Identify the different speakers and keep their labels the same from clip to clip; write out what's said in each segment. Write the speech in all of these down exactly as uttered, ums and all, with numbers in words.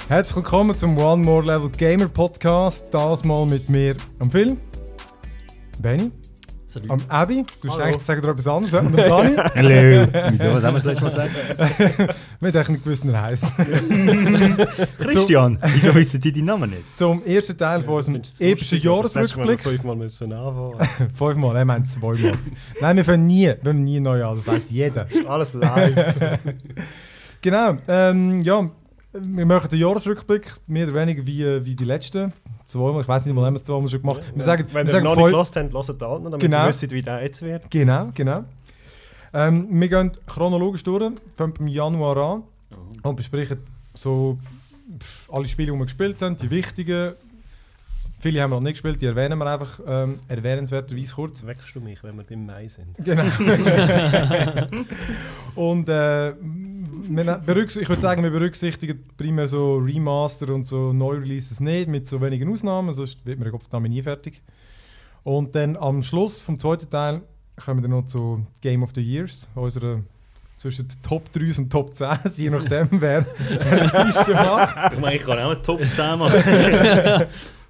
Speaker 1: Herzlich willkommen zum One More Level Gamer Podcast. Das mal mit mir, am Phil, Benny,
Speaker 2: Salut.
Speaker 1: am Abi. Du hast eigentlich sagen dir etwas anderes, und am Dani.
Speaker 3: Hallo. Wieso? Was haben wir das letzte Mal gesagt?
Speaker 1: Wir hätten nicht gewusst, wie er heisst.
Speaker 3: Christian. Wieso wissen die deinen Namen nicht?
Speaker 1: Zum ersten Teil von unserem epischen Jahresrückblick.
Speaker 4: Fünfmal müssen anfangen.
Speaker 1: Fünfmal, er meint zweimal. Nein, wir fangen nie, wir fangen nie neu an, das weiss jeder.
Speaker 4: Alles live.
Speaker 1: Genau, ähm, ja, wir machen den Jahresrückblick, mehr oder weniger wie, wie die letzten zweimal. Ich weiss nicht mal, haben wir es zweimal schon gemacht.
Speaker 4: Ja,
Speaker 1: wir sagen,
Speaker 4: wenn
Speaker 1: wir
Speaker 4: ihr
Speaker 1: sagen
Speaker 4: noch
Speaker 1: voll,
Speaker 4: nicht gehört habt, hört den alten, damit
Speaker 1: Genau.
Speaker 4: ihr wisst, wie der jetzt wird.
Speaker 1: Genau, genau. Ähm, wir gehen chronologisch durch, fangen im Januar an und besprechen so pff, alle Spiele, die wir gespielt haben, die wichtigen. Viele haben wir noch nicht gespielt, die erwähnen wir einfach ähm, erwähnenswerterweise kurz.
Speaker 4: Weckst du mich, wenn wir beim Mai sind?
Speaker 1: Genau. Und äh, wir berücks- ich würde sagen, wir berücksichtigen primär so Remaster und so Neu-Releases nicht, mit so wenigen Ausnahmen, sonst wird man Kopf nie fertig. Und dann am Schluss vom zweiten Teil kommen wir dann noch zu Game of the Years, unserer zwischen den Top drei und Top zehn, je nachdem, wer die Liste macht.
Speaker 3: Ich meine, ich kann auch ein Top zehn machen.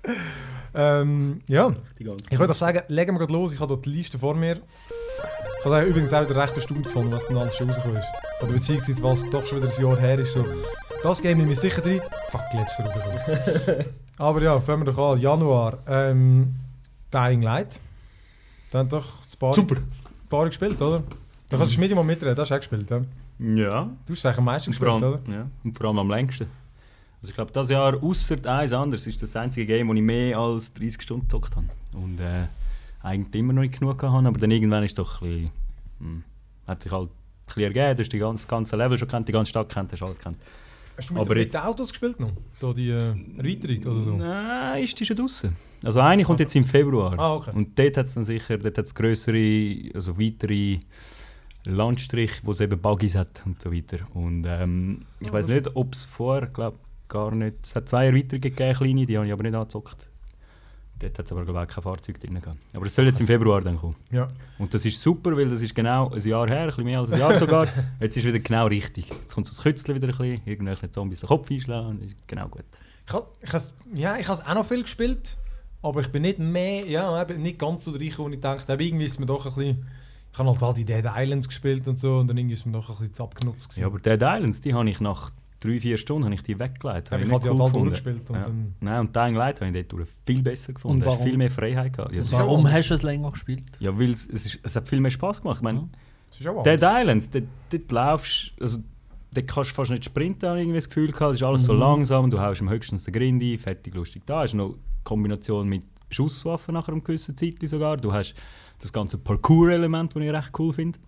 Speaker 1: Ähm, ja,
Speaker 3: Die ganze
Speaker 1: ich würde auch sagen, legen wir gerade los. Ich habe dort die Liste vor mir. Ich habe übrigens auch wieder recht eine Stunde gefunden, was dann alles schon rausgekommen ist. Oder beziehungsweise was doch schon wieder ein Jahr her ist. So, das Game nehme ich sicher drin. Fuck, letzter rausgekommen. Aber ja, fangen wir doch an. Januar. Ähm, Dying Light. Dann doch das paar,
Speaker 3: Super.
Speaker 1: paar gespielt, oder? Da kannst du mit mal mitreden, das hast du auch gespielt. Ja?
Speaker 3: Ja.
Speaker 1: Du hast es eigentlich am meisten
Speaker 3: Und vor,
Speaker 1: gespielt,
Speaker 3: allem,
Speaker 1: oder?
Speaker 3: ja. Und vor allem am längsten. Also ich glaube, dieses Jahr, ausser eins anderes, ist das einzige Game, wo ich mehr als dreißig Stunden gezockt habe. Und äh, eigentlich immer noch nicht genug hatte. Aber dann irgendwann ist es doch ein bisschen, hm, hat sich halt ein bisschen ergeben. Du hast die ganze, das ganze Level schon kennt, die ganze Stadt kennt, hast alles kennt.
Speaker 1: Hast du mit,
Speaker 3: Aber
Speaker 1: mit
Speaker 3: jetzt-
Speaker 1: den Autos gespielt noch? Da die äh, Erweiterung oder so?
Speaker 3: Nein, ist die schon draussen. Also eine kommt jetzt im Februar.
Speaker 1: Ah, okay.
Speaker 3: Und dort hat es dann sicher, dort hat's grössere, also weitere Landstriche, wo es eben Buggies hat und so weiter. Und ähm, ich
Speaker 1: Ja,
Speaker 3: weiß
Speaker 1: das-
Speaker 3: nicht, ob es vorher, glaube gar nicht, es hat zwei Erweiterungen gegeben, kleine, die habe ich aber nicht angezockt. Dort hat es aber glaube ich kein Fahrzeug drin gehabt. Aber es soll jetzt im Februar dann kommen.
Speaker 1: Ja.
Speaker 3: Und das ist super, weil das ist genau ein Jahr her, ein bisschen mehr als ein Jahr sogar. Jetzt ist wieder genau richtig. Jetzt kommt so das Kützchen wieder ein bisschen, irgendwelche Zombies den Kopf einschlagen und ist genau gut.
Speaker 1: Ich habe ich has, ja, ich has auch noch viel gespielt, aber ich bin nicht mehr, ja, eben nicht ganz so reich, wo ich dachte, aber irgendwie ist mir doch ein bisschen, ich habe halt all die Dead Islands gespielt und so und dann irgendwie ist mir doch ein bisschen zu abgenutzt gewesen.
Speaker 3: Ja, aber Dead Islands, die habe ich nach drei, vier Stunden habe ich die weggelegt.
Speaker 1: Aber
Speaker 3: Habe
Speaker 1: ich habe die
Speaker 3: nicht
Speaker 1: halt
Speaker 3: cool
Speaker 1: alle
Speaker 3: gefunden.
Speaker 1: durchgespielt und
Speaker 3: Ja.
Speaker 1: dann...
Speaker 3: Nein, und Dying Light habe ich dort viel besser gefunden.
Speaker 2: Und
Speaker 3: Du hast
Speaker 2: warum?
Speaker 3: viel mehr Freiheit gehabt. Ja,
Speaker 1: Und
Speaker 3: es-
Speaker 1: warum?
Speaker 2: Warum hast du es länger gespielt?
Speaker 3: ja weil es, es, ist, es hat viel mehr Spass gemacht. Ich meine,
Speaker 2: Mhm.
Speaker 1: Das ist auch
Speaker 3: Dead
Speaker 1: anders.
Speaker 3: Islands, dort, dort laufst also dort kannst du fast nicht sprinten, habe ich irgendwie das Gefühl gehabt. Es ist alles so
Speaker 2: Mhm.
Speaker 3: langsam, du haust am höchstens den Grind ein, fertig, lustig. Da hast du noch eine Kombination mit Schusswaffen nach einer gewissen Zeit sogar. Du hast das ganze Parkour-Element, das ich recht cool finde.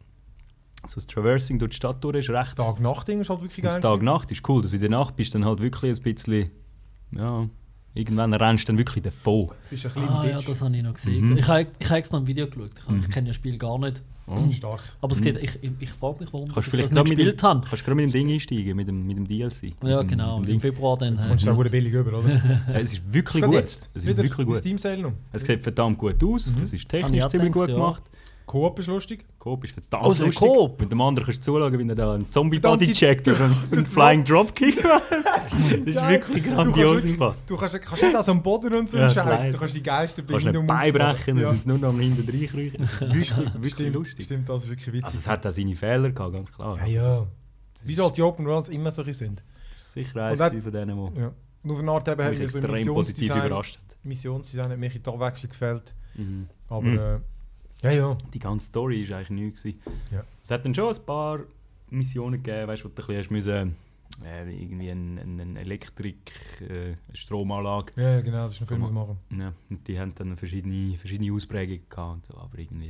Speaker 3: So das Traversing durch die Stadt durch ist recht...
Speaker 1: Das Tag-Nacht-Ding ist halt wirklich
Speaker 3: Und
Speaker 1: geil.
Speaker 3: das Tag-Nacht ist cool. Also in der Nacht bist du dann halt wirklich ein bisschen... Ja, irgendwann rennst du dann wirklich davon.
Speaker 1: Du bist ein kleiner
Speaker 2: Ah ja,
Speaker 1: Bitch.
Speaker 2: das habe ich noch gesehen.
Speaker 3: Mhm.
Speaker 2: Ich habe ich habe extra ein Video geschaut. Ich, habe-
Speaker 3: Mhm.
Speaker 2: ich kenne das Spiel gar nicht.
Speaker 1: Stark.
Speaker 2: Aber es
Speaker 3: Mhm.
Speaker 2: geht, ich, ich, ich frage mich, warum
Speaker 3: Kannst du
Speaker 2: ich
Speaker 3: vielleicht
Speaker 2: das
Speaker 3: gerade
Speaker 2: nicht
Speaker 3: mit,
Speaker 2: gespielt
Speaker 3: dem-
Speaker 2: habe.
Speaker 3: kannst gerade mit dem Ding einsteigen, mit dem, mit dem D L C.
Speaker 2: Ja,
Speaker 3: Mit dem-
Speaker 2: genau.
Speaker 3: Mit dem
Speaker 2: Im
Speaker 3: Ding.
Speaker 2: Februar dann.
Speaker 1: Jetzt
Speaker 2: äh,
Speaker 1: kommst du auch billig über, oder?
Speaker 3: Ja, es ist wirklich
Speaker 1: Gerade
Speaker 3: gut.
Speaker 1: jetzt.
Speaker 3: Es ist
Speaker 1: Wieder
Speaker 3: wirklich
Speaker 1: im
Speaker 3: gut.
Speaker 1: Steam-Sale noch.
Speaker 3: Es sieht verdammt gut aus.
Speaker 1: Mhm.
Speaker 3: Es ist
Speaker 2: Das habe ich
Speaker 3: technisch
Speaker 2: auch
Speaker 3: ziemlich
Speaker 2: gedacht,
Speaker 3: gut
Speaker 2: ja.
Speaker 3: gemacht.
Speaker 1: Coop ist lustig.
Speaker 3: Coop ist verdammt
Speaker 2: Oh, so
Speaker 3: lustig.
Speaker 2: Coop?
Speaker 3: Mit dem anderen kannst du zuschauen, wie er da einen
Speaker 1: Verdammt,
Speaker 3: Zombie-Body
Speaker 1: die-
Speaker 3: checkt oder einen, einen Flying Dropkick. Das ist
Speaker 1: Ja,
Speaker 3: wirklich
Speaker 1: du
Speaker 3: grandios.
Speaker 1: kannst
Speaker 3: im Fall.
Speaker 1: Du kannst, kannst nicht aus dem Boden und so
Speaker 3: Ja,
Speaker 1: einen
Speaker 3: das
Speaker 1: Scheiß.
Speaker 3: leid.
Speaker 1: Du kannst die geilsten
Speaker 3: Du kannst nicht
Speaker 1: um
Speaker 3: beibrechen, dann
Speaker 1: ja.
Speaker 3: sind sie nur noch am hinten reinkriechen. Das ist wirklich, wirklich
Speaker 1: Stimmt,
Speaker 3: lustig.
Speaker 1: Stimmt, das ist wirklich witzig.
Speaker 3: Also es hat auch seine Fehler gehabt, ganz klar.
Speaker 1: ja, ja.
Speaker 3: Das
Speaker 1: Wie
Speaker 3: ist
Speaker 1: so halt die Open Worlds immer solche sind.
Speaker 3: sicher eins
Speaker 1: Und auch-
Speaker 3: von denen, die
Speaker 1: Ja. Nur von der Art eben hat
Speaker 3: mich
Speaker 1: mir so
Speaker 3: extrem positiv
Speaker 1: Missionsdesign,
Speaker 3: überrascht hat.
Speaker 1: Missionsdesign hat mir in der Abwechslung gefällt.
Speaker 3: Mhm.
Speaker 1: Aber
Speaker 3: Mhm.
Speaker 1: äh, ja, ja.
Speaker 3: Die ganze Story war eigentlich nichts. gewesen.
Speaker 1: Ja.
Speaker 3: Es hat dann schon ein paar Missionen gegeben, weißt, wo du ein bisschen hast müssen, äh, irgendwie eine, eine Elektrik, äh, eine Stromanlage.
Speaker 1: Ja, genau, das ist noch viel
Speaker 3: Kann
Speaker 1: was machen.
Speaker 3: Ja, und die haben dann verschiedene, verschiedene Ausprägungen gehabt. Und so, aber irgendwie,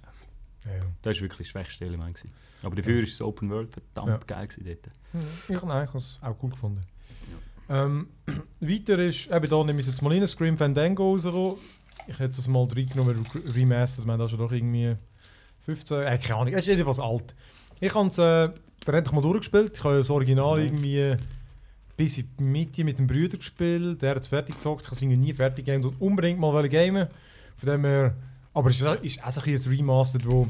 Speaker 1: Ja, ja.
Speaker 3: das war wirklich die Schwächstelle. Mein, gewesen. Aber dafür war das Open World verdammt geil gewesen dort.
Speaker 1: Ich, nein, ich habe es auch cool gefunden. Ähm, weiter ist, eben da nehme ich es jetzt mal rein, Scream Fandango rausgekommen. Ich hätte es mal reingenommen, re- remastered, wir haben da schon doch irgendwie fünfzehn, äh, keine Ahnung, es ist jedenfalls alt. Ich habe es äh, endlich mal durchgespielt, ich habe das Original
Speaker 3: Mhm.
Speaker 1: irgendwie bis in die Mitte mit dem Bruder gespielt, der hat es fertig gezockt, ich habe es irgendwie nie fertig gegamed und unbedingt mal gamen. Von dem her, aber es ist, ist auch so ein bisschen ein Remastered, wo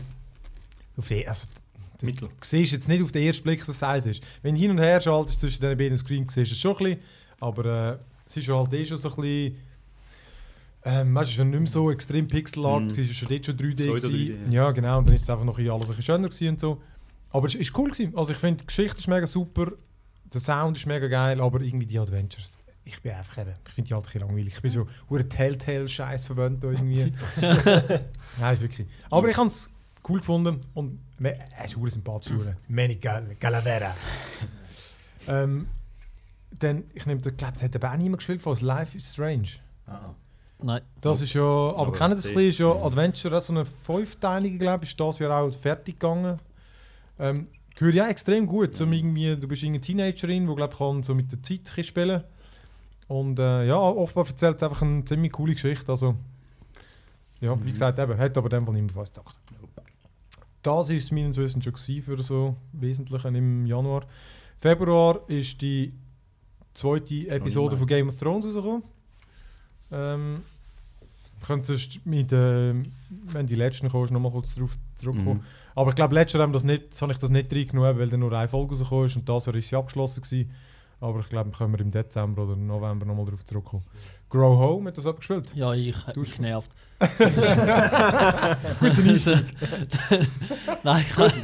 Speaker 1: auf die, also, das
Speaker 3: Mittel.
Speaker 1: siehst jetzt nicht auf den ersten Blick, dass es eins ist. Wenn du hin und her schaltest zwischen den beiden Screens, siehst du es schon ein bisschen. Aber äh, es ist halt eh schon so ein bisschen... Ähm, weißt, es ist ja nicht mehr so extrem Pixel-Art,
Speaker 3: Mm.
Speaker 1: es war schon dort schon drei D.
Speaker 3: Pseudo drei D,
Speaker 1: gewesen. Ja, genau, und dann ist es einfach noch ein bisschen alles ein bisschen schöner gewesen und so. Aber es ist cool gewesen. Also ich finde, die Geschichte ist mega super, der Sound ist mega geil, aber irgendwie die Adventures... Ich bin einfach eben, ich finde die halt ein bisschen langweilig. Ich bin so hure Telltale-Scheiß verwöhnt da irgendwie. Nein, ist wirklich. Aber ich habe es cool gefunden und me- er ist hure sympathisch. Hure. Manny Gal- Calavera. ähm, dann, ich nehme, ich glaube, das hat aber auch niemand gespielt von Life is Strange.
Speaker 3: Ah.
Speaker 2: Nein.
Speaker 1: Das ist ja, aber,
Speaker 3: Aber
Speaker 1: kennen
Speaker 3: das
Speaker 1: das ein bisschen, ist ja
Speaker 3: ja.
Speaker 1: Adventure, so eine fünfteilige, glaube ich, ist das Jahr auch fertig gegangen. Ähm, gehört ja extrem gut, so irgendwie, du bist eine Teenagerin, die glaube ich kann so mit der Zeit ein bisschen spielen. Und äh, ja, offenbar erzählt es einfach eine ziemlich coole Geschichte. Also, ja, wie gesagt, eben, hat aber in dem Fall niemand was gesagt. Das war es meines Wissens schon gewesen für so Wesentlichen im Januar. Februar ist die zweite Episode von Game of Thrones rausgekommen. Ähm, wir können sonst mit, äh, wenn die letzten kommen, noch mal kurz darauf zurückkommen.
Speaker 3: Mhm.
Speaker 1: Aber ich glaube, letztes Jahr haben das nicht, habe ich das nicht reingenommen, weil dann nur eine Folge rausgekommen ist und das Jahr ist sie abgeschlossen gewesen. Aber ich glaube, können wir im Dezember oder November nochmal darauf zurückkommen. Grow Home, hat das abgespielt?
Speaker 2: Ja, ich habe
Speaker 1: Du
Speaker 2: mich
Speaker 1: hast-
Speaker 2: genervt.
Speaker 1: Guten Einstieg.
Speaker 2: Nein, ich habe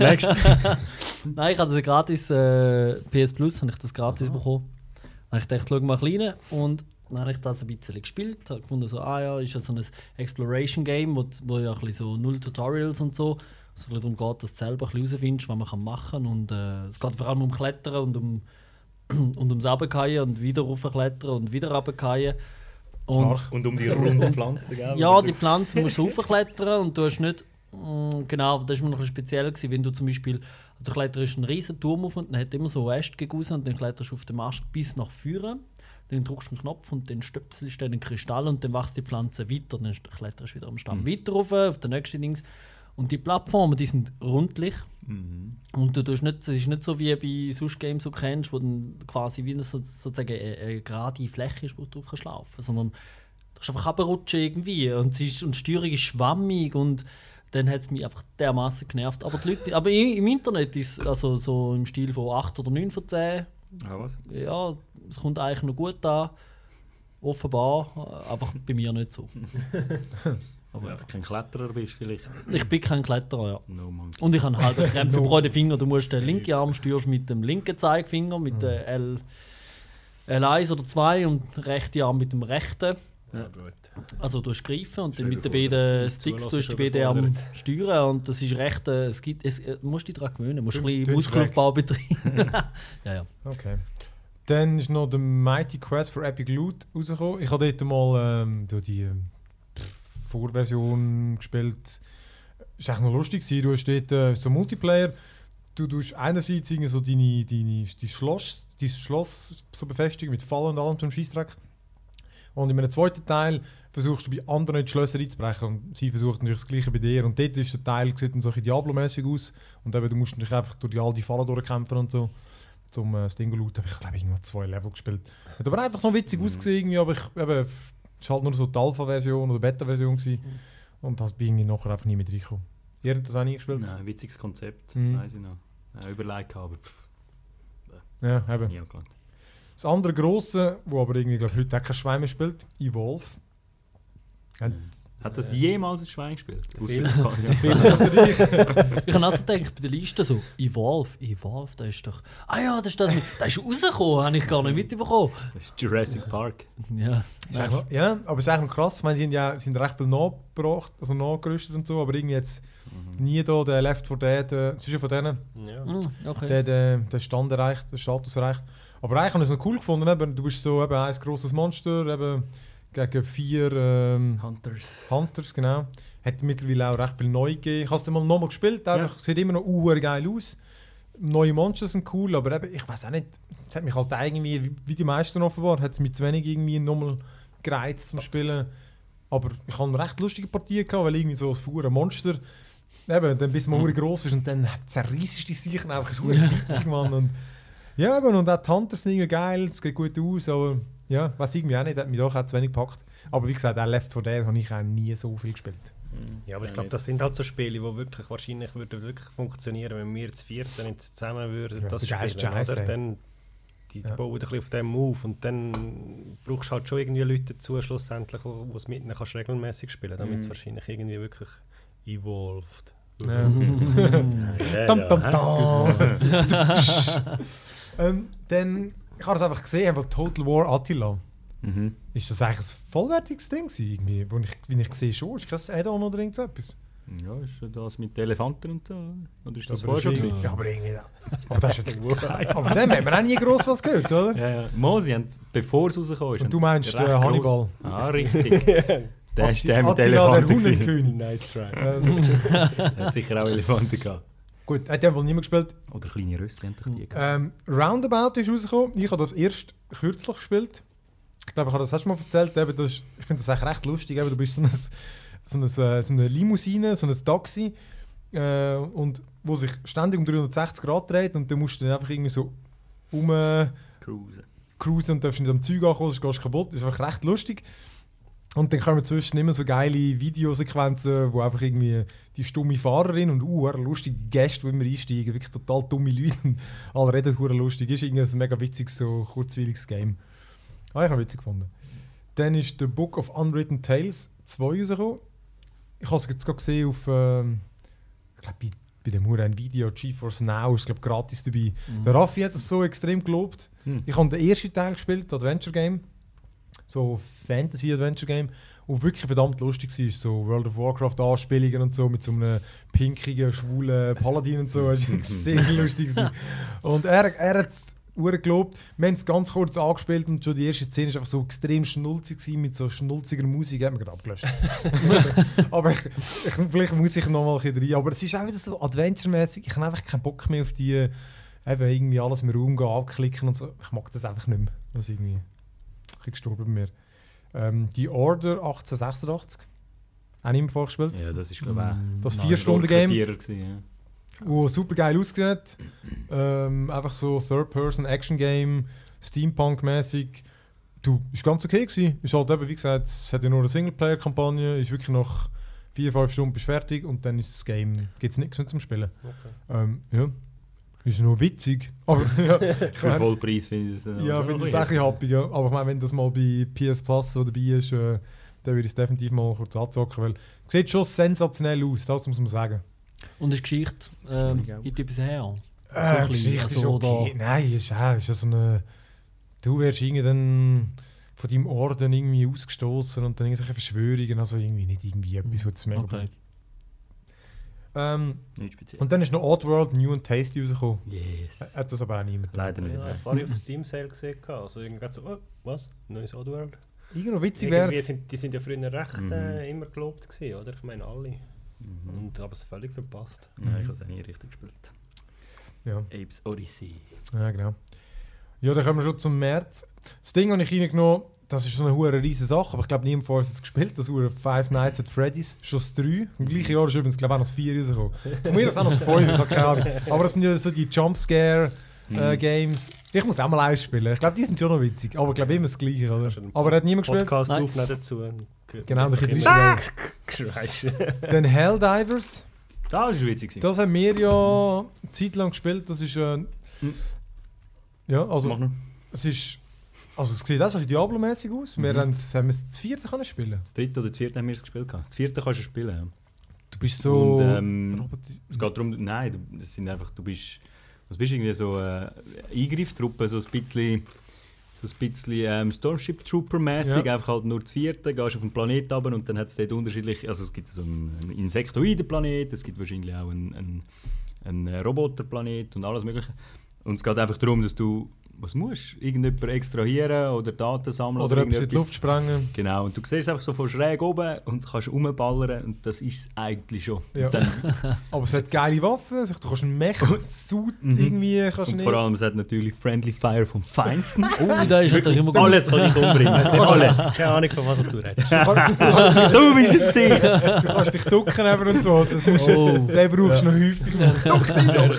Speaker 2: Nein, ich habe das gratis, äh, P S Plus, habe ich das gratis bekommen. Dann habe ich gedacht, schau mal rein und dann habe ich das ein bisschen gespielt. Habe gefunden, so, ah ja, ist ja so ein Exploration-Game, wo, wo ja ein bisschen so null Tutorials und so, es ein bisschen darum geht, dass du selber ein bisschen herausfindest, was man machen kann. Und äh, es geht vor allem um Klettern und um und ums Runterfallen und wieder raufklettern und wieder runterfallen. Und
Speaker 3: Und um die runden Pflanzen, gell?
Speaker 2: ja, die Pflanzen musst du raufklettern und du hast nicht... mh, Genau, das war noch ein bisschen speziell, gewesen, wenn du zum Beispiel... Du kletterst einen riesen Turm auf und dann hat immer so Äste gegossen und dann kletterst du auf den Mast bis nach vorne. Dann drückst du einen Knopf und dann stöpselst du den Kristall und dann wächst die Pflanze weiter. Dann kletterst du wieder am Stamm
Speaker 3: Mhm.
Speaker 2: weiter rauf, auf den nächsten Dings. Und die Plattformen, die sind rundlich.
Speaker 3: Mhm.
Speaker 2: Und du tust nicht, es ist nicht so wie bei sonst Games, die du kennst, wo dann quasi wie eine, so, sozusagen eine, eine gerade Fläche ist, wo du drauf kannst laufen, sondern du kannst einfach runterrutschen irgendwie und, sie ist, und die Steuerung ist schwammig und dann hat es mich einfach dermaßen genervt. Aber, die Leute, aber im, im Internet ist es also so im Stil von acht oder neun von zehn.
Speaker 3: Ah, was?
Speaker 2: Ja, es kommt eigentlich noch gut an. Offenbar, äh, einfach bei mir nicht so.
Speaker 3: Aber einfach kein Kletterer bist vielleicht.
Speaker 2: Ich bin kein Kletterer, ja.
Speaker 3: No monkey.
Speaker 2: Und ich habe halbe Krämpfe pro den Finger. Du musst den linken Arm steuerst mit dem linken Zeigefinger, mit der L, L eins oder zwei und den rechten Arm mit dem rechten.
Speaker 4: Ja, gut.
Speaker 2: Also du greifen und dann
Speaker 3: Stell dir
Speaker 2: mit den
Speaker 3: vor,
Speaker 2: beiden
Speaker 4: der
Speaker 2: Sticks
Speaker 4: Zulassen
Speaker 2: tust du
Speaker 4: schon
Speaker 2: die beiden Arme
Speaker 4: überfordert.
Speaker 2: steuern und das ist recht, äh, es gibt, es, äh, musst dich daran gewöhnen, musst ein
Speaker 1: Tönt-
Speaker 2: bisschen
Speaker 1: tönt
Speaker 2: Muskelaufbau betreiben. Ja, ja.
Speaker 1: Okay. Dann ist noch der Mighty Quest for Epic Loot rausgekommen. Ich habe dort mal ähm, da die ähm, pff, Vorversion gespielt. Das war echt noch lustig. gewesen. Du hast dort äh, so Multiplayer. Du tust einerseits irgendwie so deine, deine, dein, Schloss, dein Schloss so befestigen mit Fallen und allem zum Scheissdreck. Und in einem zweiten Teil versuchst du bei anderen die Schlösser einzubrechen. Und sie versuchen natürlich das Gleiche bei dir. Und dort ist der Teil, sieht dann so ein bisschen Diablo-mäßig aus. Und eben, du musst dich einfach durch die, all die Fallen durchkämpfen und so. Zum äh, das Ding looten habe ich glaube ich irgendwo zwei Level gespielt. Hat aber einfach noch witzig
Speaker 3: Mhm.
Speaker 1: ausgesehen irgendwie, aber ich, eben, es war halt nur so die Alpha-Version oder Beta-Version gewesen. Und das bin ich nachher einfach nie mehr reingekommen. Ihr habt das auch nie gespielt?
Speaker 3: Nein, witziges Konzept,
Speaker 1: Mhm.
Speaker 3: weiss ich noch. Ja, überlegt habe, aber pff,
Speaker 1: Ja, eben.
Speaker 3: nie angelangt.
Speaker 1: Das andere grosse, wo aber irgendwie glaub, ich, heute auch kein Schwein mehr spielt, Evolve. Ja.
Speaker 3: Hat das jemals ein Schwein gespielt? Ausser
Speaker 4: Film.
Speaker 3: der Ka- ja.
Speaker 1: Viel besser ich.
Speaker 2: Ich habe also gedacht, bei der Liste so, Evolve, Evolve, da ist doch... Ah ja, das ist das mit... Das ist rausgekommen, habe ich gar nicht mitbekommen.
Speaker 3: Das ist Jurassic Park.
Speaker 2: Ja,
Speaker 1: Ist eigentlich noch- Ja, aber es ist eigentlich noch krass. Ich meine, sie sind ja sind recht viel nachgebracht, also nachgerüstet und so, aber irgendwie jetzt nie da der Left four Dead, äh, es ist ja von denen,
Speaker 4: Ja.
Speaker 2: mm, okay.
Speaker 1: der, der, der Stand erreicht, den Status erreicht. Aber eigentlich habe ich es noch cool gefunden, eben, du bist so eben ein grosses Monster, eben gegen vier ähm,
Speaker 3: Hunters.
Speaker 1: Hunters, genau. Hat mittlerweile auch recht viel neu gegeben. Ich habe es dann mal nochmal gespielt, einfach, sieht immer noch uh, geil aus. Neue Monster sind cool, aber eben, ich weiß auch nicht, es hat mich halt irgendwie, wie- wie die meisten offenbar, hat es mich zu wenig irgendwie nochmal gereizt zum Spielen. Aber ich hatte eine recht lustige Partie gehabt, weil irgendwie so ein verdammtes Monster, eben, dann bis man
Speaker 2: Mhm.
Speaker 1: mhm. gross ist und dann zerreissest du die Sicher einfach, das ist verdammt witzig, Mann. Und, ja, eben, und auch die Hunters sind irgendwie geil, es geht gut aus, aber ja, weiß irgendwie auch nicht, hat mich doch auch zu wenig gepackt. Aber wie gesagt, auch Left four Dead habe ich auch nie so viel gespielt.
Speaker 4: Ja, aber ich
Speaker 3: Ja,
Speaker 4: glaube,
Speaker 3: nicht.
Speaker 4: das sind halt so Spiele, die wirklich wahrscheinlich würden wirklich funktionieren, wenn wir zu viert dann jetzt zusammen würden
Speaker 1: Ja,
Speaker 4: das
Speaker 1: das ist
Speaker 4: spielen.
Speaker 1: scheiße.
Speaker 4: Oder? Dann die, die
Speaker 1: Ja.
Speaker 4: bauen ein bisschen auf dem auf und dann brauchst du halt schon irgendwie Leute dazu, schlussendlich, die es mit ihnen kannst regelmäßig spielen, damit es
Speaker 3: Mhm.
Speaker 4: wahrscheinlich irgendwie wirklich evolved.
Speaker 1: Ja.
Speaker 4: Ja,
Speaker 1: Dum,
Speaker 4: ja,
Speaker 1: dum,
Speaker 4: hä?
Speaker 1: dum. ähm, dann, ich habe es einfach gesehen, einfach Total War Attila.
Speaker 3: Mhm.
Speaker 1: Ist das eigentlich ein vollwertiges Ding gewesen, irgendwie? Wo ich, wie ich sehe schon, ist kein Add-on oder irgendetwas?
Speaker 3: Ja, ist das mit den Elefanten und so? Oder ist das
Speaker 1: Aber
Speaker 3: vorher schon
Speaker 1: ist
Speaker 3: gewesen?
Speaker 1: irgendwie- Ja, aber irgendwie... Aber das ist jetzt... aber von dem haben wir auch nie gross was gehört, oder?
Speaker 3: Ja, ja. Mo, sie haben bevor es rausgekommen ist.
Speaker 1: Und du
Speaker 3: haben sie
Speaker 1: meinst
Speaker 3: es
Speaker 1: äh,
Speaker 3: recht
Speaker 1: Hannibal.
Speaker 3: gross- Ah, richtig. Der ist der mit
Speaker 1: Attila,
Speaker 3: Elefanten
Speaker 1: der
Speaker 3: gewesen.
Speaker 1: Hundenkönig.
Speaker 4: Nice try.
Speaker 1: Ähm,
Speaker 3: Er hat sicher auch Elefanten gehabt.
Speaker 1: gut, hat ja wohl niemand gespielt.
Speaker 3: Oder kleine Rössli haben doch die gehabt.
Speaker 1: Ähm, Roundabout ist rausgekommen. Ich habe das erst kürzlich gespielt. Ich glaube, ich habe das letztes Mal erzählt. Eben, das ist, ich finde das echt recht lustig. Eben, du bist so, ein, so, eine, so eine Limousine, so ein Taxi, äh, und, wo sich ständig um dreihundertsechzig Grad dreht. Und dann musst du dann einfach irgendwie so um
Speaker 3: Cruisen.
Speaker 1: cruisen und darfst nicht am Zeug ankommen, sonst gehst du kaputt. Das ist einfach recht lustig. Und dann kommen zwischen immer so geile Videosequenzen, wo einfach irgendwie die stumme Fahrerin und uh, lustige Gäste, die immer einsteigen, wirklich total dumme Leute. Und alle reden hure lustig. Ist irgendwie ein mega witziges, so kurzweiliges Game. Ah, ich habe witzig gefunden. Dann ist The Book of Unwritten Tales zwei rausgekommen. Ich habe es jetzt gerade gesehen auf, ähm, ich glaube bei, bei dem Hure ein Video, GeForce Now, ist glaube gratis dabei.
Speaker 2: Mhm.
Speaker 1: Der Raffi hat das so extrem gelobt.
Speaker 3: Hm.
Speaker 1: Ich habe den ersten Teil gespielt, Adventure Game. So Fantasy-Adventure-Game. Und wirklich verdammt lustig war. So World of Warcraft-Anspielungen und so mit so einem pinkigen, schwulen Paladin und so. Das war sehr lustig gewesen. Und er, er hat es sehr gelobt. Wir haben es ganz kurz angespielt und schon die erste Szene war einfach so extrem schnulzig gewesen, mit so schnulziger Musik. Hat man gerade abgelöscht. Aber ich, ich, vielleicht muss ich noch mal ein bisschen rein. Aber es ist auch wieder so adventure-mäßig. Ich habe einfach keinen Bock mehr auf die eben irgendwie alles im Raum gehen, abklicken und so. Ich mag das einfach nicht mehr. Das ist irgendwie ein bisschen gestorben bei mir. Ähm, die Order achtzehnhundertsechsundachtzig. Auch nicht mehr vorgespielt.
Speaker 3: Ja, das ist glaube ich auch
Speaker 1: Das
Speaker 2: Nein,
Speaker 1: vier-Stunden-Game.
Speaker 3: Rohrkrepierer gewesen, ja.
Speaker 1: Oh, super geil ausgesehen. Ähm, einfach so Third-Person-Action-Game, Steampunk-mäßig. Du, ist ganz okay gewesen. Ist halt eben, wie gesagt, es hat ja nur eine Singleplayer-Kampagne, ist wirklich nach vier, fünf Stunden bist du fertig und dann ist das Game, gibt es nichts mehr zum Spielen.
Speaker 4: Okay.
Speaker 1: Ähm, ja, ist noch witzig. Aber ja, ich
Speaker 3: Für
Speaker 1: mein,
Speaker 3: Vollpreis finde ich das.
Speaker 1: ja, finde ich es echt happy, ja. Aber ich meine, wenn das mal bei P S Plus so dabei ist, äh, dann würde ich es definitiv mal kurz anzocken, weil es sieht schon sensationell aus, das muss man sagen.
Speaker 2: Und ist Geschichte, ähm, gibt etwas her?
Speaker 1: Äh,
Speaker 2: So ein bisschen,
Speaker 1: Geschichte ist
Speaker 2: also,
Speaker 1: okay.
Speaker 2: oder-
Speaker 1: Nein, ist ja, ist ja so eine... Du wirst irgendwie dann von deinem Orden irgendwie ausgestoßen und dann irgendwelche Verschwörungen, also irgendwie nicht irgendwie etwas, was das mega
Speaker 2: Okay.
Speaker 1: ähm,
Speaker 3: Nicht speziell.
Speaker 1: Und dann ist noch Oddworld New and Tasty rausgekommen.
Speaker 3: Yes.
Speaker 1: Hat das aber auch niemand.
Speaker 3: Leider nicht.
Speaker 4: Ja,
Speaker 3: Ja.
Speaker 4: ich habe auf Steam Sale gesehen. Also irgendwie so, oh, was? Neues Oddworld?
Speaker 1: Irgendwo witzig
Speaker 4: Irgendwie
Speaker 1: wäre es.
Speaker 4: sind, die sind ja früher recht
Speaker 3: Mhm.
Speaker 4: äh, immer gelobt gewesen, oder? Ich meine alle.
Speaker 3: Mhm.
Speaker 4: Und aber es völlig verpasst.
Speaker 3: Ja, ich habe es auch nie richtig gespielt.
Speaker 1: Ja.
Speaker 3: Apes Odyssey.
Speaker 1: ja, genau. Ja, dann kommen wir schon zum März. Das Ding habe ich reingenommen, das ist so eine hure riesige Sache, aber ich glaube, niemand von uns hat es gespielt. Das hure Five Nights at Freddy's, schon das drei. Im gleichen Jahr ist übrigens, glaube ich, auch noch das vier rausgekommen. Von mir ist auch noch das fünf, ich habe keine Ahnung. Aber das sind ja so die Jumpscare-Games. Ich muss auch mal ausspielen. Ich glaube, die sind schon noch witzig, aber ich glaube immer das Gleiche, oder?
Speaker 4: Kannst du einen
Speaker 1: Aber hat niemand gespielt?
Speaker 4: Podcast
Speaker 2: Nein.
Speaker 4: aufnehmen dazu.
Speaker 1: Genau, ein bisschen
Speaker 4: Ah!
Speaker 1: reinschreiben.
Speaker 4: Schreist.
Speaker 1: Dann Helldivers.
Speaker 3: Das war witzig.
Speaker 1: Das haben wir ja eine Zeit lang gespielt. Das ist äh, ja, also
Speaker 3: Mach noch.
Speaker 1: es ist, also es sieht auch so ein bisschen Diablo-mäßig aus. Wir
Speaker 3: Mhm.
Speaker 1: haben es haben wir es das vierte können spielen.
Speaker 3: Das dritte oder das vierte haben wir es gespielt. gehabt. Das vierte kannst du spielen. Ja.
Speaker 1: Du bist so
Speaker 3: Und, ähm,
Speaker 1: Robot-
Speaker 3: Es geht darum, nein, du, das sind einfach, du bist, was bist irgendwie so äh, Eingreiftruppe, so ein bisschen, so ein bisschen ähm, Stormship Trooper-mäßig,
Speaker 1: Ja.
Speaker 3: einfach halt nur das vierte, gehst auf den Planeten runter und dann hat es dort unterschiedliche, also es gibt so einen, einen Insektoiden-Planet, es gibt wahrscheinlich auch einen, einen, einen Roboter-Planet und alles mögliche. Und es geht einfach darum, dass du, was musst, irgendjemanden extrahieren oder Daten sammeln
Speaker 1: oder etwas in die
Speaker 3: irgendetwas.
Speaker 1: Luft sprengen.
Speaker 3: Genau, und du siehst es einfach so von schräg oben und kannst rumballern und das ist es eigentlich schon.
Speaker 1: Ja.
Speaker 3: Und, dann,
Speaker 1: Aber es hat geile Waffen. Also du kannst einen Mech-Suit
Speaker 3: Mhm.
Speaker 1: irgendwie kannst
Speaker 3: und
Speaker 1: du
Speaker 3: vor
Speaker 1: nicht.
Speaker 3: allem, es hat natürlich Friendly Fire vom Feinsten.
Speaker 2: Oh, da ist natürlich immer gut.
Speaker 3: Alles kann ich umbringen, weißt du, alles.
Speaker 4: Keine Ahnung, von was du redest.
Speaker 1: Du kannst, du, kannst,
Speaker 3: Du bist es gewesen!
Speaker 1: du kannst dich ducken eben und so. Das musst,
Speaker 2: Oh.
Speaker 1: Den brauchst du noch häufig. Duck dich, duck dich.
Speaker 3: Liegen!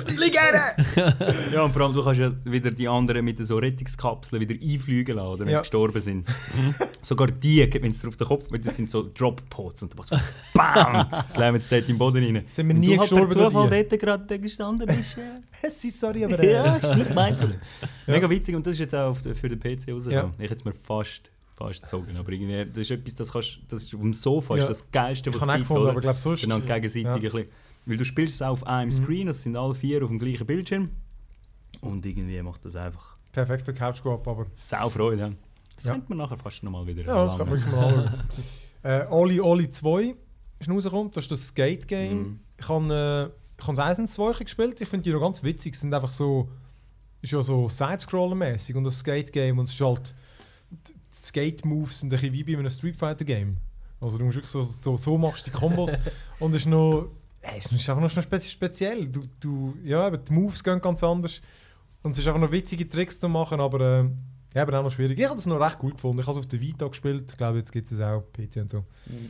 Speaker 3: Ja, und vor allem, du kannst ja wieder die anderen mit so Rettungskapseln wieder einfliegen lassen, oder, wenn
Speaker 1: Ja.
Speaker 3: sie gestorben sind. Sogar die, wenn sie dir auf den Kopf, weil das sind so Drop-Pods und du machst so BAM! Slammen sie dort im Boden rein.
Speaker 1: Sind wir
Speaker 3: Und
Speaker 1: nie
Speaker 3: du
Speaker 1: gestorben
Speaker 3: halt per Zufall
Speaker 1: durch
Speaker 3: dort gerade gestanden bist.
Speaker 1: Es ist sorry, aber äh,
Speaker 3: Ja, ist nicht mein Problem. Mega witzig und das ist jetzt auch auf der, für den P C rausgekommen.
Speaker 1: Ja.
Speaker 3: Ich hätte es mir fast, fast gezogen, aber irgendwie, das ist etwas, das kannst, das ist auf dem Sofa
Speaker 1: Ja.
Speaker 3: ist das Geilste,
Speaker 1: ich
Speaker 3: was
Speaker 1: habe auch
Speaker 3: es gibt,
Speaker 1: gefunden,
Speaker 3: oder?
Speaker 1: aber ich glaube sonst...
Speaker 3: Dann gegenseitig
Speaker 1: ja.
Speaker 3: ein bisschen, weil du spielst es auch auf einem Screen, es sind alle vier auf dem gleichen Bildschirm und irgendwie macht das einfach
Speaker 1: Perfekter Couch-Go-Up, aber...
Speaker 3: sau Freude. Ja. Das
Speaker 1: Ja.
Speaker 3: könnte man nachher fast nochmal wieder
Speaker 1: Ja, das kann man wirklich mal anschauen. äh, Oli Oli zwei ist rausgekommen, das ist das Skate-Game.
Speaker 3: Mhm.
Speaker 1: Ich habe äh, ich habe das eins und zwei gespielt, ich finde die noch ganz witzig, es sind einfach so... ist ja so Side-Scroller-mäßig und das Skate-Game und es ist halt... die Skate-Moves sind ein bisschen wie bei einem Street-Fighter-Game. Also du musst wirklich so, so, so machst die Kombos und es ist noch... Hey, es ist einfach noch spe speziell. Du, du, ja, eben, die Moves gehen ganz anders und es ist einfach noch witzige Tricks zu machen, aber... Äh, ja, aber auch noch schwierig. Ich habe das noch recht cool gefunden. Ich habe es auf der Vita gespielt. Ich glaube, jetzt gibt es auch P C und so. Mhm.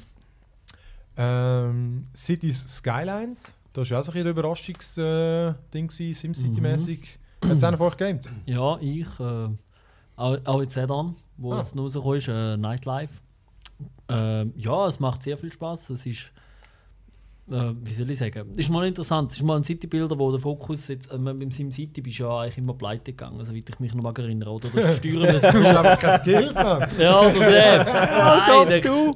Speaker 1: Ähm, Cities Skylines. Das war auch so ein Überraschungsding, äh, SimCity-mäßig. Mhm. Hat es einer von euch gegamed?
Speaker 2: Ja, ich. Äh, auch, auch jetzt Add-on, wo
Speaker 1: Ah.
Speaker 2: jetzt noch rausgekommen ist, äh, Nightlife. Äh, ja, es macht sehr viel Spaß. Es ist, äh, wie soll ich sagen, ist mal interessant. Es ist mal ein City-Builder, wo der Fokus jetzt, äh, beim SimCity bist du ja eigentlich immer pleite gegangen, soweit ich mich noch mal erinnere. Oder du hast die Steuern müssen
Speaker 1: Du
Speaker 2: so-
Speaker 1: hast einfach keine Skills, Mann.
Speaker 2: Ja, oder so. Nein, der-
Speaker 3: du!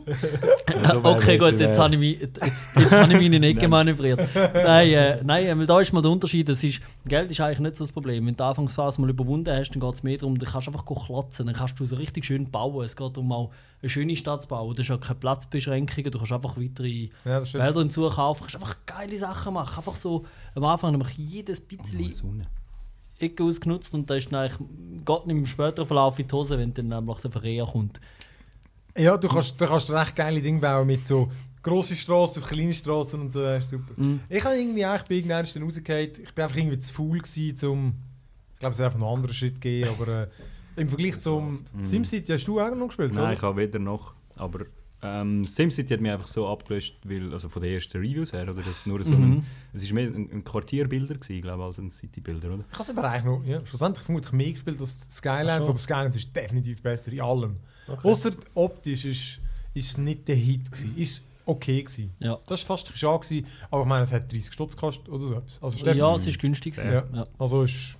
Speaker 2: Okay, gut, jetzt habe ich mich, jetzt, jetzt habe ich mich in die Ecke manövriert. Nein, äh, nein, äh, weil da ist mal der Unterschied. Das ist, Geld ist eigentlich nicht so das Problem. Wenn du die Anfangsphase mal überwunden hast, dann geht es mehr darum, dann kannst du einfach klotzen. Dann kannst du so richtig schön bauen. Es geht darum, auch eine schöne Stadt zu bauen. Du hast ja keine Platzbeschränkungen. Du kannst einfach weitere
Speaker 1: Ja, das stimmt.
Speaker 2: Wälder hinzukaufen. Du kannst einfach geile Sachen machen. Einfach so am Anfang nämlich jedes bisschen
Speaker 3: Sonne.
Speaker 2: Ecke ausgenutzt und da ist dann eigentlich, geht nicht im späteren Verlauf in die Hose, wenn dann nämlich der Verkehr kommt.
Speaker 1: Ja, du kannst, du kannst recht geile Dinge bauen mit so grossen Strassen, kleine Strassen und so. Das ist super.
Speaker 2: Mhm.
Speaker 1: Ich habe irgendwie eigentlich bei irgendwann dann rausgefallen. Ich bin einfach irgendwie zu faul gewesen, um... Ich glaube, es hat einfach noch einen anderen Schritt gegeben, aber... Äh, im Vergleich zum
Speaker 3: Mhm.
Speaker 1: SimCity hast du auch noch gespielt,
Speaker 3: Nein,
Speaker 1: oder?
Speaker 3: ich habe weder noch. Aber ähm, SimCity hat mich einfach so abgelöst, weil, also von den ersten Reviews her, oder? Das nur so
Speaker 2: Mhm.
Speaker 3: ein, es war mehr ein, ein Quartierbilder, gewesen, glaube ich, als ein Citybilder, oder?
Speaker 1: Ich habe es aber eigentlich noch... Ja, schlussendlich vermutlich mehr gespielt als Skylines,
Speaker 2: Ach so.
Speaker 1: aber Skylines ist definitiv besser in allem.
Speaker 4: Okay.
Speaker 1: Ausser optisch ist ist es nicht der Hit gewesen. Ist okay gewesen.
Speaker 2: Ja.
Speaker 1: Das war fast ein bisschen schade gewesen, aber ich meine, es hat dreißig Stutz gekostet oder so etwas. Also Steffen,
Speaker 2: Ja, es ist günstig.
Speaker 1: Ja.
Speaker 2: gewesen. Ja.
Speaker 1: also ist...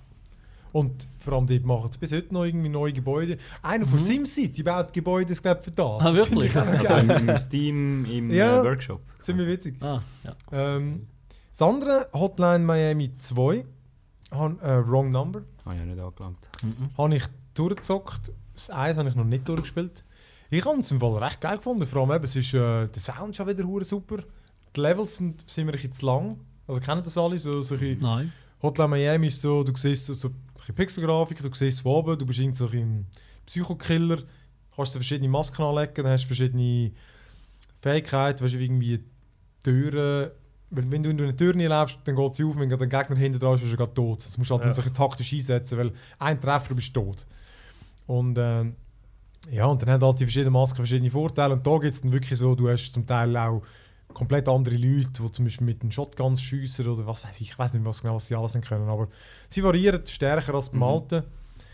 Speaker 1: Und vor allem dort machen sie bis heute noch irgendwie neue Gebäude. Einer von
Speaker 2: Mhm.
Speaker 1: SimCity baut Gebäude, glaube ich, für das.
Speaker 2: Ah,
Speaker 1: Das finde
Speaker 2: wirklich?
Speaker 1: ich auch
Speaker 3: Also
Speaker 1: geil.
Speaker 3: im, im Steam, im
Speaker 1: Ja.
Speaker 3: äh, Workshop.
Speaker 1: Ziemlich witzig.
Speaker 2: Ah, ja.
Speaker 1: Ähm, das andere, Hotline Miami zwei, han, äh, Wrong Number,
Speaker 3: Ah ja, nicht angelangt.
Speaker 2: Mhm.
Speaker 1: habe ich durchgezockt. Das eins habe ich noch nicht durchgespielt. Ich habe es im Fall recht geil gefunden. Vor allem eben, es ist äh, der Sound schon wieder hure super. Die Levels sind, sind mir ein bisschen zu lang. Also kennen das alle? So, so ein bisschen
Speaker 2: Nein.
Speaker 1: Hotline Miami ist so, du siehst so, so ein bisschen Pixelgrafik, du siehst von oben, du bist irgendwie so ein Psychokiller, kannst so verschiedene Masken anlegen, dann hast du verschiedene Fähigkeiten, weißt du, irgendwie Türen. Wenn, wenn du in eine Tür nie läufst, dann geht sie auf, wenn gerade ein Gegner hinter dran ist, ist er gerade tot. Das musst du halt
Speaker 4: Ja.
Speaker 1: ja. so taktisch einsetzen, weil ein Treffer bist du tot. Und ähm, ja, und dann haben halt die verschiedenen Masken verschiedene Vorteile. Und da gibt es dann wirklich so, du hast zum Teil auch komplett andere Leute, die zum Beispiel mit den Shotguns schiessen oder was weiß ich, ich weiß nicht was genau, was sie alles können, aber sie variieren stärker als beim
Speaker 3: Mhm.
Speaker 1: Alten.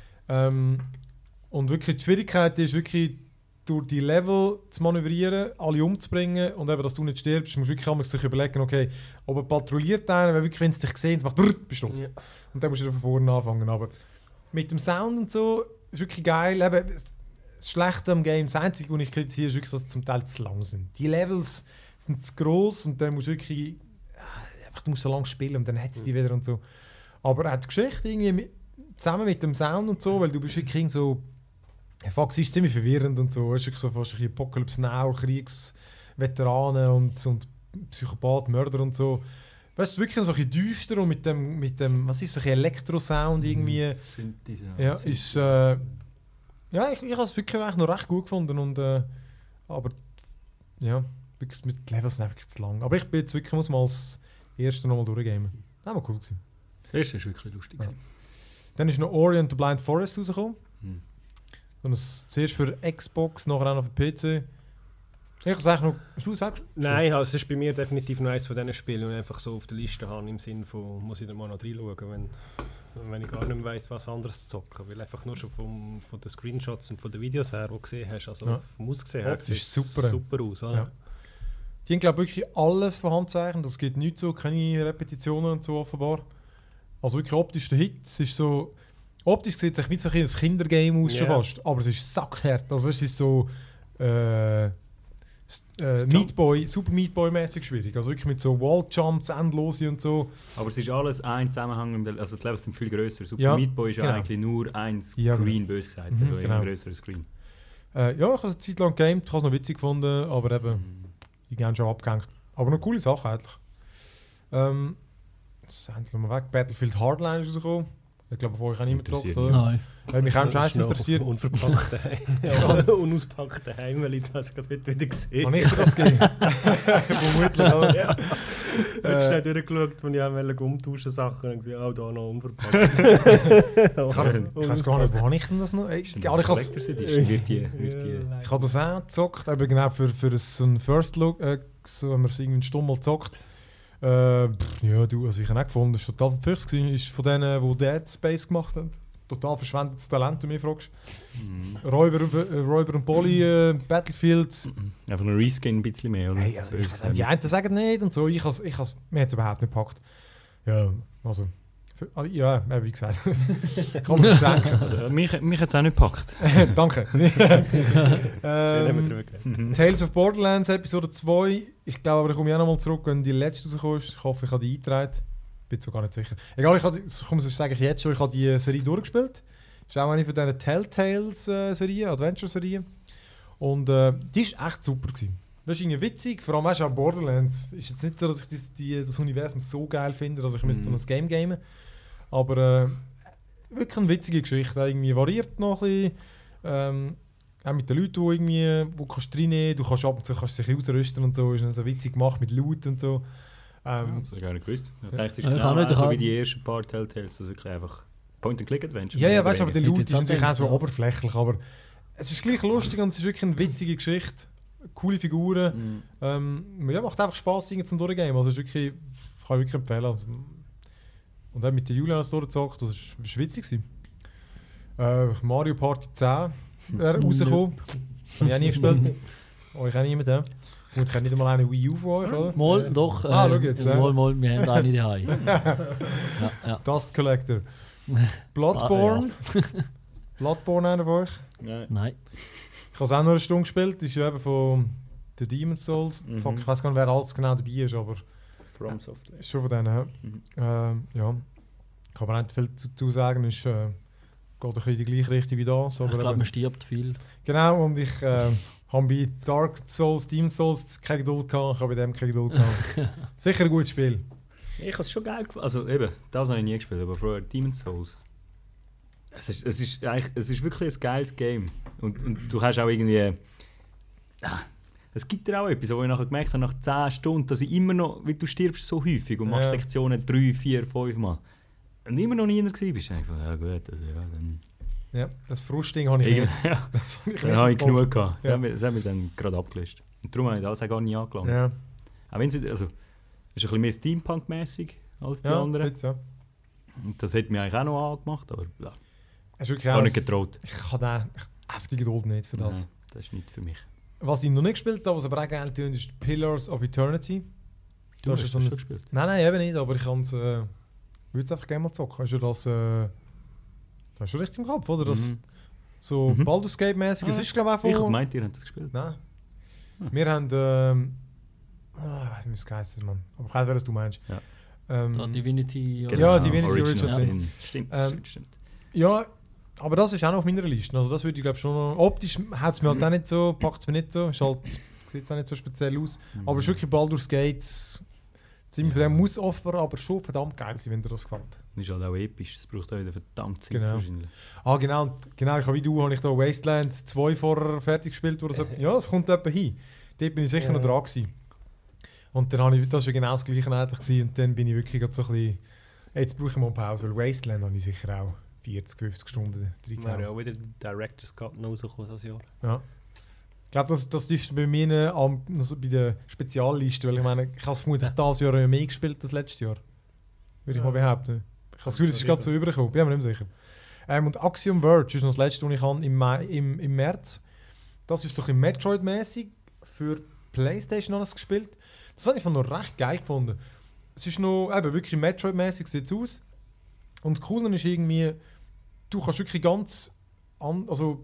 Speaker 1: Ähm, und wirklich die Schwierigkeit ist wirklich, durch die Level zu manövrieren, alle umzubringen und eben, dass du nicht stirbst, musst du wirklich einmal sich überlegen, okay, ob er patrouilliert einen, weil wirklich, wenn es dich sehen, macht brrr, bist du tot.
Speaker 4: Ja.
Speaker 1: Und dann musst du wieder von vorne anfangen. Aber mit dem Sound und so ist wirklich geil. Eben, das Schlechte am Game, das Einzige, was ich kritisiere, ist wirklich, dass sie zum Teil zu lang sind. Die Levels sind zu gross und dann musst du wirklich äh, einfach, du musst so lange spielen und dann hat es die wieder und so. Aber auch die Geschichte irgendwie mit, zusammen mit dem Sound und so, weil du bist wirklich so, ja, fuck, es ist ziemlich verwirrend und so. Es ist wirklich so fast ein bisschen Apocalypse Now, Kriegsveteranen und, und Psychopath, Mörder und so. Weißt du, wirklich so ein bisschen düster und mit dem, mit dem, was ist so ein bisschen Elektrosound irgendwie.
Speaker 3: Synthi,
Speaker 1: Ja, ist, äh, ja, ich, ich habe es wirklich echt noch recht gut gefunden und, äh, aber, ja, wirklich mit den Levels sind wirklich zu lang. Aber ich bin jetzt wirklich, muss mal als Erster nochmal durchgamen. Das war mal cool gewesen.
Speaker 3: Das erste war wirklich lustig.
Speaker 1: Ja. Dann ist noch Ori and the Blind Forest rausgekommen.
Speaker 3: Hm.
Speaker 1: Und das zuerst für Xbox, nachher auch noch für P C. Ich sage noch, hast du gesagt?
Speaker 4: Nein, also es ist bei mir definitiv noch eines von diesen Spielen, die ich einfach so auf der Liste habe, im Sinne von, muss ich da mal noch reinschauen, wenn, wenn ich gar nicht mehr weiss, was anderes zu zocken. Weil einfach nur schon vom, von den Screenshots und von den Videos her, die du gesehen hast, also
Speaker 1: Ja.
Speaker 4: vom Aussehen her,
Speaker 1: Das ist
Speaker 4: sieht
Speaker 1: super.
Speaker 4: super aus. Oder?
Speaker 1: Ja. Die haben, glaube ich, wirklich alles von Hand zeichnen. Das gibt nichts so, keine Repetitionen und so offenbar. Also wirklich optisch der Hit. Es ist so... Optisch sieht es wie so ein Kindergame aus, schon
Speaker 4: Ja.
Speaker 1: fast. Aber es ist sackhart. Also es ist so... Äh, s- äh,
Speaker 4: Jump.
Speaker 1: Meat Boy, Super Meat Boy-mäßig schwierig. Also wirklich mit so Walljumps, endlose und so.
Speaker 3: Aber es ist alles ein Zusammenhang, also die Levels sind viel grösser. Super
Speaker 1: Ja,
Speaker 3: Meat Boy ist
Speaker 1: genau.
Speaker 3: ja eigentlich nur ein Screen,
Speaker 1: Ja, genau.
Speaker 3: bös gesagt,
Speaker 1: Mhm,
Speaker 3: also
Speaker 1: genau.
Speaker 3: ein grösserer Screen.
Speaker 1: Äh, ja, ich habe es eine Zeit lang gegamed. Ich habe es noch witzig gefunden. Aber eben, ich habe schon abgehängt. Aber eine coole Sache eigentlich. Ähm, das ist endlich mal weg. Battlefield Hardline ist rausgekommen. Ich glaube, vorher auch niemand gezockt,
Speaker 3: Interessiert
Speaker 1: oder?
Speaker 2: Nein.
Speaker 1: Hat mich auch
Speaker 4: Das ist
Speaker 1: scheiße
Speaker 4: noch
Speaker 1: interessiert.
Speaker 4: Unverpackt daheim. Ja, unauspackt daheim, weil ich das also gerade heute wieder gesehen
Speaker 1: Habe ich dir das gegeben? Vermutlich auch.
Speaker 4: Ja. Ich habe
Speaker 1: Äh,
Speaker 4: schnell durchgeschaut, als ich auch wollte umtauschen Sachen und gesagt, oh, da noch unverpackt.
Speaker 1: Ich weiß ich weiss gar nicht, wo habe ich denn das noch? Ich,
Speaker 3: Ist
Speaker 1: ja,
Speaker 3: das
Speaker 1: ich has-
Speaker 3: Collector's Edition? Wird die, wird die,
Speaker 1: ich habe das auch gezockt, aber genau für, für so einen First Look, äh, so, wenn man es irgendwie einen Stummel zockt. Äh, pff, ja, du, also ich habe auch gefunden, das war total verpflichtet gewesen. Ist von denen, die Dead Space gemacht haben. Total verschwendetes Talent, wenn du mich fragst.
Speaker 3: Mhm.
Speaker 1: Räuber, äh, Räuber und Polly, äh, Battlefield.
Speaker 3: Einfach ein Reskin ein bisschen mehr, oder?
Speaker 1: Hey, also,
Speaker 3: Bös
Speaker 1: ich,
Speaker 3: gesagt.
Speaker 1: die einen sagen nicht und so. Ich has, ich has, mir hat es überhaupt nicht gepackt. Ja, also. Für, ah, ja, äh, wie gesagt. Kann man sich denken.
Speaker 3: Also, mich mich hat es auch nicht gepackt.
Speaker 1: Danke.
Speaker 4: Schön haben wir
Speaker 1: ähm,
Speaker 4: drüber geredet.
Speaker 1: Tales of Borderlands Episode zwei. Ich glaube, aber ich komme ja nochmal zurück, wenn die letzte rausgekommen ist. Ich hoffe, ich habe die eingetragen. Bin so gar nicht sicher. Egal, ich habe, die- komm, das sage ich jetzt schon, ich habe die Serie durchgespielt. Das ist auch eine von diesen Telltales-Serien, Adventure-Serien. Und äh, die war echt super gewesen. Das ist irgendwie witzig, vor allem weißt du, auch Borderlands. Ist jetzt nicht so, dass ich das, die, das Universum so geil finde, dass ich
Speaker 3: Mhm.
Speaker 1: müsste so ein Game gamen. Aber äh, wirklich eine witzige Geschichte. Irgendwie variiert noch ein bisschen. Ähm, auch mit den Leuten, die irgendwie, wo kannst du reinnehmen, du kannst ab und zu kannst dich ausrüsten und so. Ist noch so witzig gemacht mit Loot und so. Ähm,
Speaker 3: Das habe ich gar nicht gewusst. Ich dachte, es ist
Speaker 2: Ja, ich
Speaker 3: genau
Speaker 2: auch nicht, ich
Speaker 3: so
Speaker 2: auch-
Speaker 3: wie die ersten paar Telltales, also wirklich einfach Point-and-Click-Adventure.
Speaker 1: ja, ja,
Speaker 3: mehr oder
Speaker 1: weißt du, aber der
Speaker 3: weniger.
Speaker 1: Loot
Speaker 2: Hätte
Speaker 1: ist
Speaker 2: jetzt
Speaker 1: natürlich
Speaker 2: auch
Speaker 1: auch so
Speaker 2: gedacht, ja.
Speaker 1: oberflächlich, aber es ist gleich lustig und es ist wirklich eine witzige Geschichte. Coole Figuren.
Speaker 3: Mhm.
Speaker 1: Ähm, ja, macht einfach Spaß, irgendwie zum Durchgehen. Also, es ist wirklich, kann ich wirklich empfehlen. Also, und dann mit der Julian das durchgezockt, das war das war witzig. gewesen. Äh, Mario Party zehn wäre rausgekommen. Habe ich auch nie gespielt. Oh, ich auch nie mit dem. Gut, ich habe nicht einmal eine Wii U von euch, oder?
Speaker 2: Mal, doch. Äh,
Speaker 1: Ah, schau jetzt, ja.
Speaker 2: mal, mal, wir haben eine daheim. ja, ja.
Speaker 1: Dust Collector. Bloodborne. Bloodborne, einer von euch.
Speaker 3: Ja.
Speaker 2: Nein.
Speaker 1: Ich habe es auch nur eine Stunde gespielt. Das ist ja eben von The Demon's Souls.
Speaker 3: Mhm.
Speaker 1: Fuck, ich weiß gar nicht, wer alles genau dabei ist, aber
Speaker 3: From Software.
Speaker 1: ist schon von denen. Ja.
Speaker 3: Mhm.
Speaker 1: Ähm, ja. Ich kann aber nicht viel dazu sagen. Es äh, geht ein bisschen in die gleiche Richtung wie das. Aber
Speaker 2: Ich glaube,
Speaker 1: eben-
Speaker 2: man stirbt viel.
Speaker 1: genau, und ich äh, habe bei Dark Souls, Demon's Souls keine Geduld gehabt. Ich habe bei dem keine Geduld gehabt. Sicher ein gutes Spiel.
Speaker 3: Ich habe es schon geil gefunden. Also eben, das habe ich nie gespielt, aber vorher Demon's Souls. Es ist, es ist, eigentlich, es ist wirklich ein geiles Game. Und, und du hast auch irgendwie... Ah, es gibt dir auch etwas, wo ich nachher gemerkt habe, nach zehn Stunden, dass ich immer noch... Weil du stirbst so häufig und machst
Speaker 1: Ja.
Speaker 3: Sektionen drei, vier, fünf Mal. Und immer noch nie gewesen bist. Einfach, ja gut, also ja, dann...
Speaker 1: Ja, das Frustding habe ich nicht.
Speaker 3: Irgend- ja,
Speaker 1: Das habe ich
Speaker 3: dann
Speaker 1: nicht,
Speaker 3: habe ich
Speaker 1: das
Speaker 3: genug gehabt.
Speaker 1: Ja.
Speaker 3: Ja. Das hat mich dann gerade abgelöst. Und darum habe ich das auch gar nicht angelangt.
Speaker 1: Ja,
Speaker 3: Auch wenn sie... Also, es ist ein bisschen mehr Steampunk-mäßig als die
Speaker 1: ja,
Speaker 3: anderen.
Speaker 1: bitte, ja.
Speaker 3: Und das hat mich eigentlich auch noch angemacht, aber ja,
Speaker 1: Es ist wirklich
Speaker 3: gar
Speaker 1: auch
Speaker 3: nicht
Speaker 1: ein-
Speaker 3: getraut.
Speaker 1: Ich habe da einfach die Geduld nicht für das.
Speaker 3: Ja, das ist nicht für mich.
Speaker 1: Was ich noch nicht gespielt habe, was aber auch geil tun, ist Pillars of Eternity.
Speaker 3: Du
Speaker 1: Das
Speaker 3: hast
Speaker 1: ist
Speaker 3: das
Speaker 1: so
Speaker 3: schon
Speaker 1: ein-
Speaker 3: gespielt?
Speaker 1: Nein, nein, eben nicht, aber ich kann es... Äh, würde es einfach gerne mal zocken. Ist ja das... Äh, das ist schon richtig im Kopf, oder? Das,
Speaker 3: Mhm.
Speaker 1: So
Speaker 3: Mhm.
Speaker 1: Baldur's Gate-mäßig. Es
Speaker 3: Ah,
Speaker 1: ist glaube ich auch
Speaker 3: Ich
Speaker 1: von...
Speaker 3: meinte, ihr habt das gespielt.
Speaker 1: Nein.
Speaker 3: Hm.
Speaker 1: Wir haben... Ähm, ah, ich weiß nicht, wie es heisst, Mann. Aber ich weiß, was du meinst.
Speaker 3: Ja.
Speaker 1: Ähm,
Speaker 2: Da Divinity.
Speaker 1: Genau. Ja, Divinity Original Sin.
Speaker 3: Stimmt,
Speaker 1: Ähm,
Speaker 3: stimmt, stimmt.
Speaker 1: Ja, aber das ist auch noch auf meiner Liste. Also das würde ich glaube schon noch... Optisch hat es mir halt auch nicht so... Packt es mir nicht so. Ist halt, sieht auch nicht so speziell aus. Aber es ist wirklich Baldur's Gate... Ziemlich von dem muss offenbar aber schon verdammt geil sein, wenn dir das gefällt.
Speaker 3: Ist halt auch episch. Es braucht auch wieder verdammt Zeit
Speaker 1: Genau.
Speaker 3: wahrscheinlich.
Speaker 1: Ah, genau. und Genau, ich habe wie du, habe ich da Wasteland zwei vorher fertig gespielt. Oder so. Ja, es kommt etwa hin. Dort bin ich sicher
Speaker 4: Ja.
Speaker 1: noch dran gewesen. Und dann habe ich... Das war ja genau das Gleiche eigentlich gewesen. Und dann bin ich wirklich gerade so ein bisschen... Jetzt brauche ich mal eine Pause, weil Wasteland habe ich sicher auch vierzig, fünfzig Stunden
Speaker 4: Wäre ja
Speaker 1: reingehauen.
Speaker 4: auch wieder der Director's Cut noch rausgekommen das Jahr.
Speaker 1: Ja. Ich glaube, das, das ist bei mir um, also bei der Spezialliste, weil ich meine, ich habe es vermutlich dieses Jahr mehr gespielt als letztes Jahr. Würde ich mal behaupten. Ich habe das Gefühl, es ist gerade so übergekommen, bin mir nicht mehr sicher. Ähm, und Axiom Verge ist noch das letzte, was ich habe im, Mai, im, im März. Das ist doch im Metroid-mäßig für PlayStation alles gespielt. Das habe ich von noch recht geil gefunden. Es ist noch eben wirklich Metroid-mäßig, sieht es aus. Und das Coole ist irgendwie, du kannst wirklich ganz an, also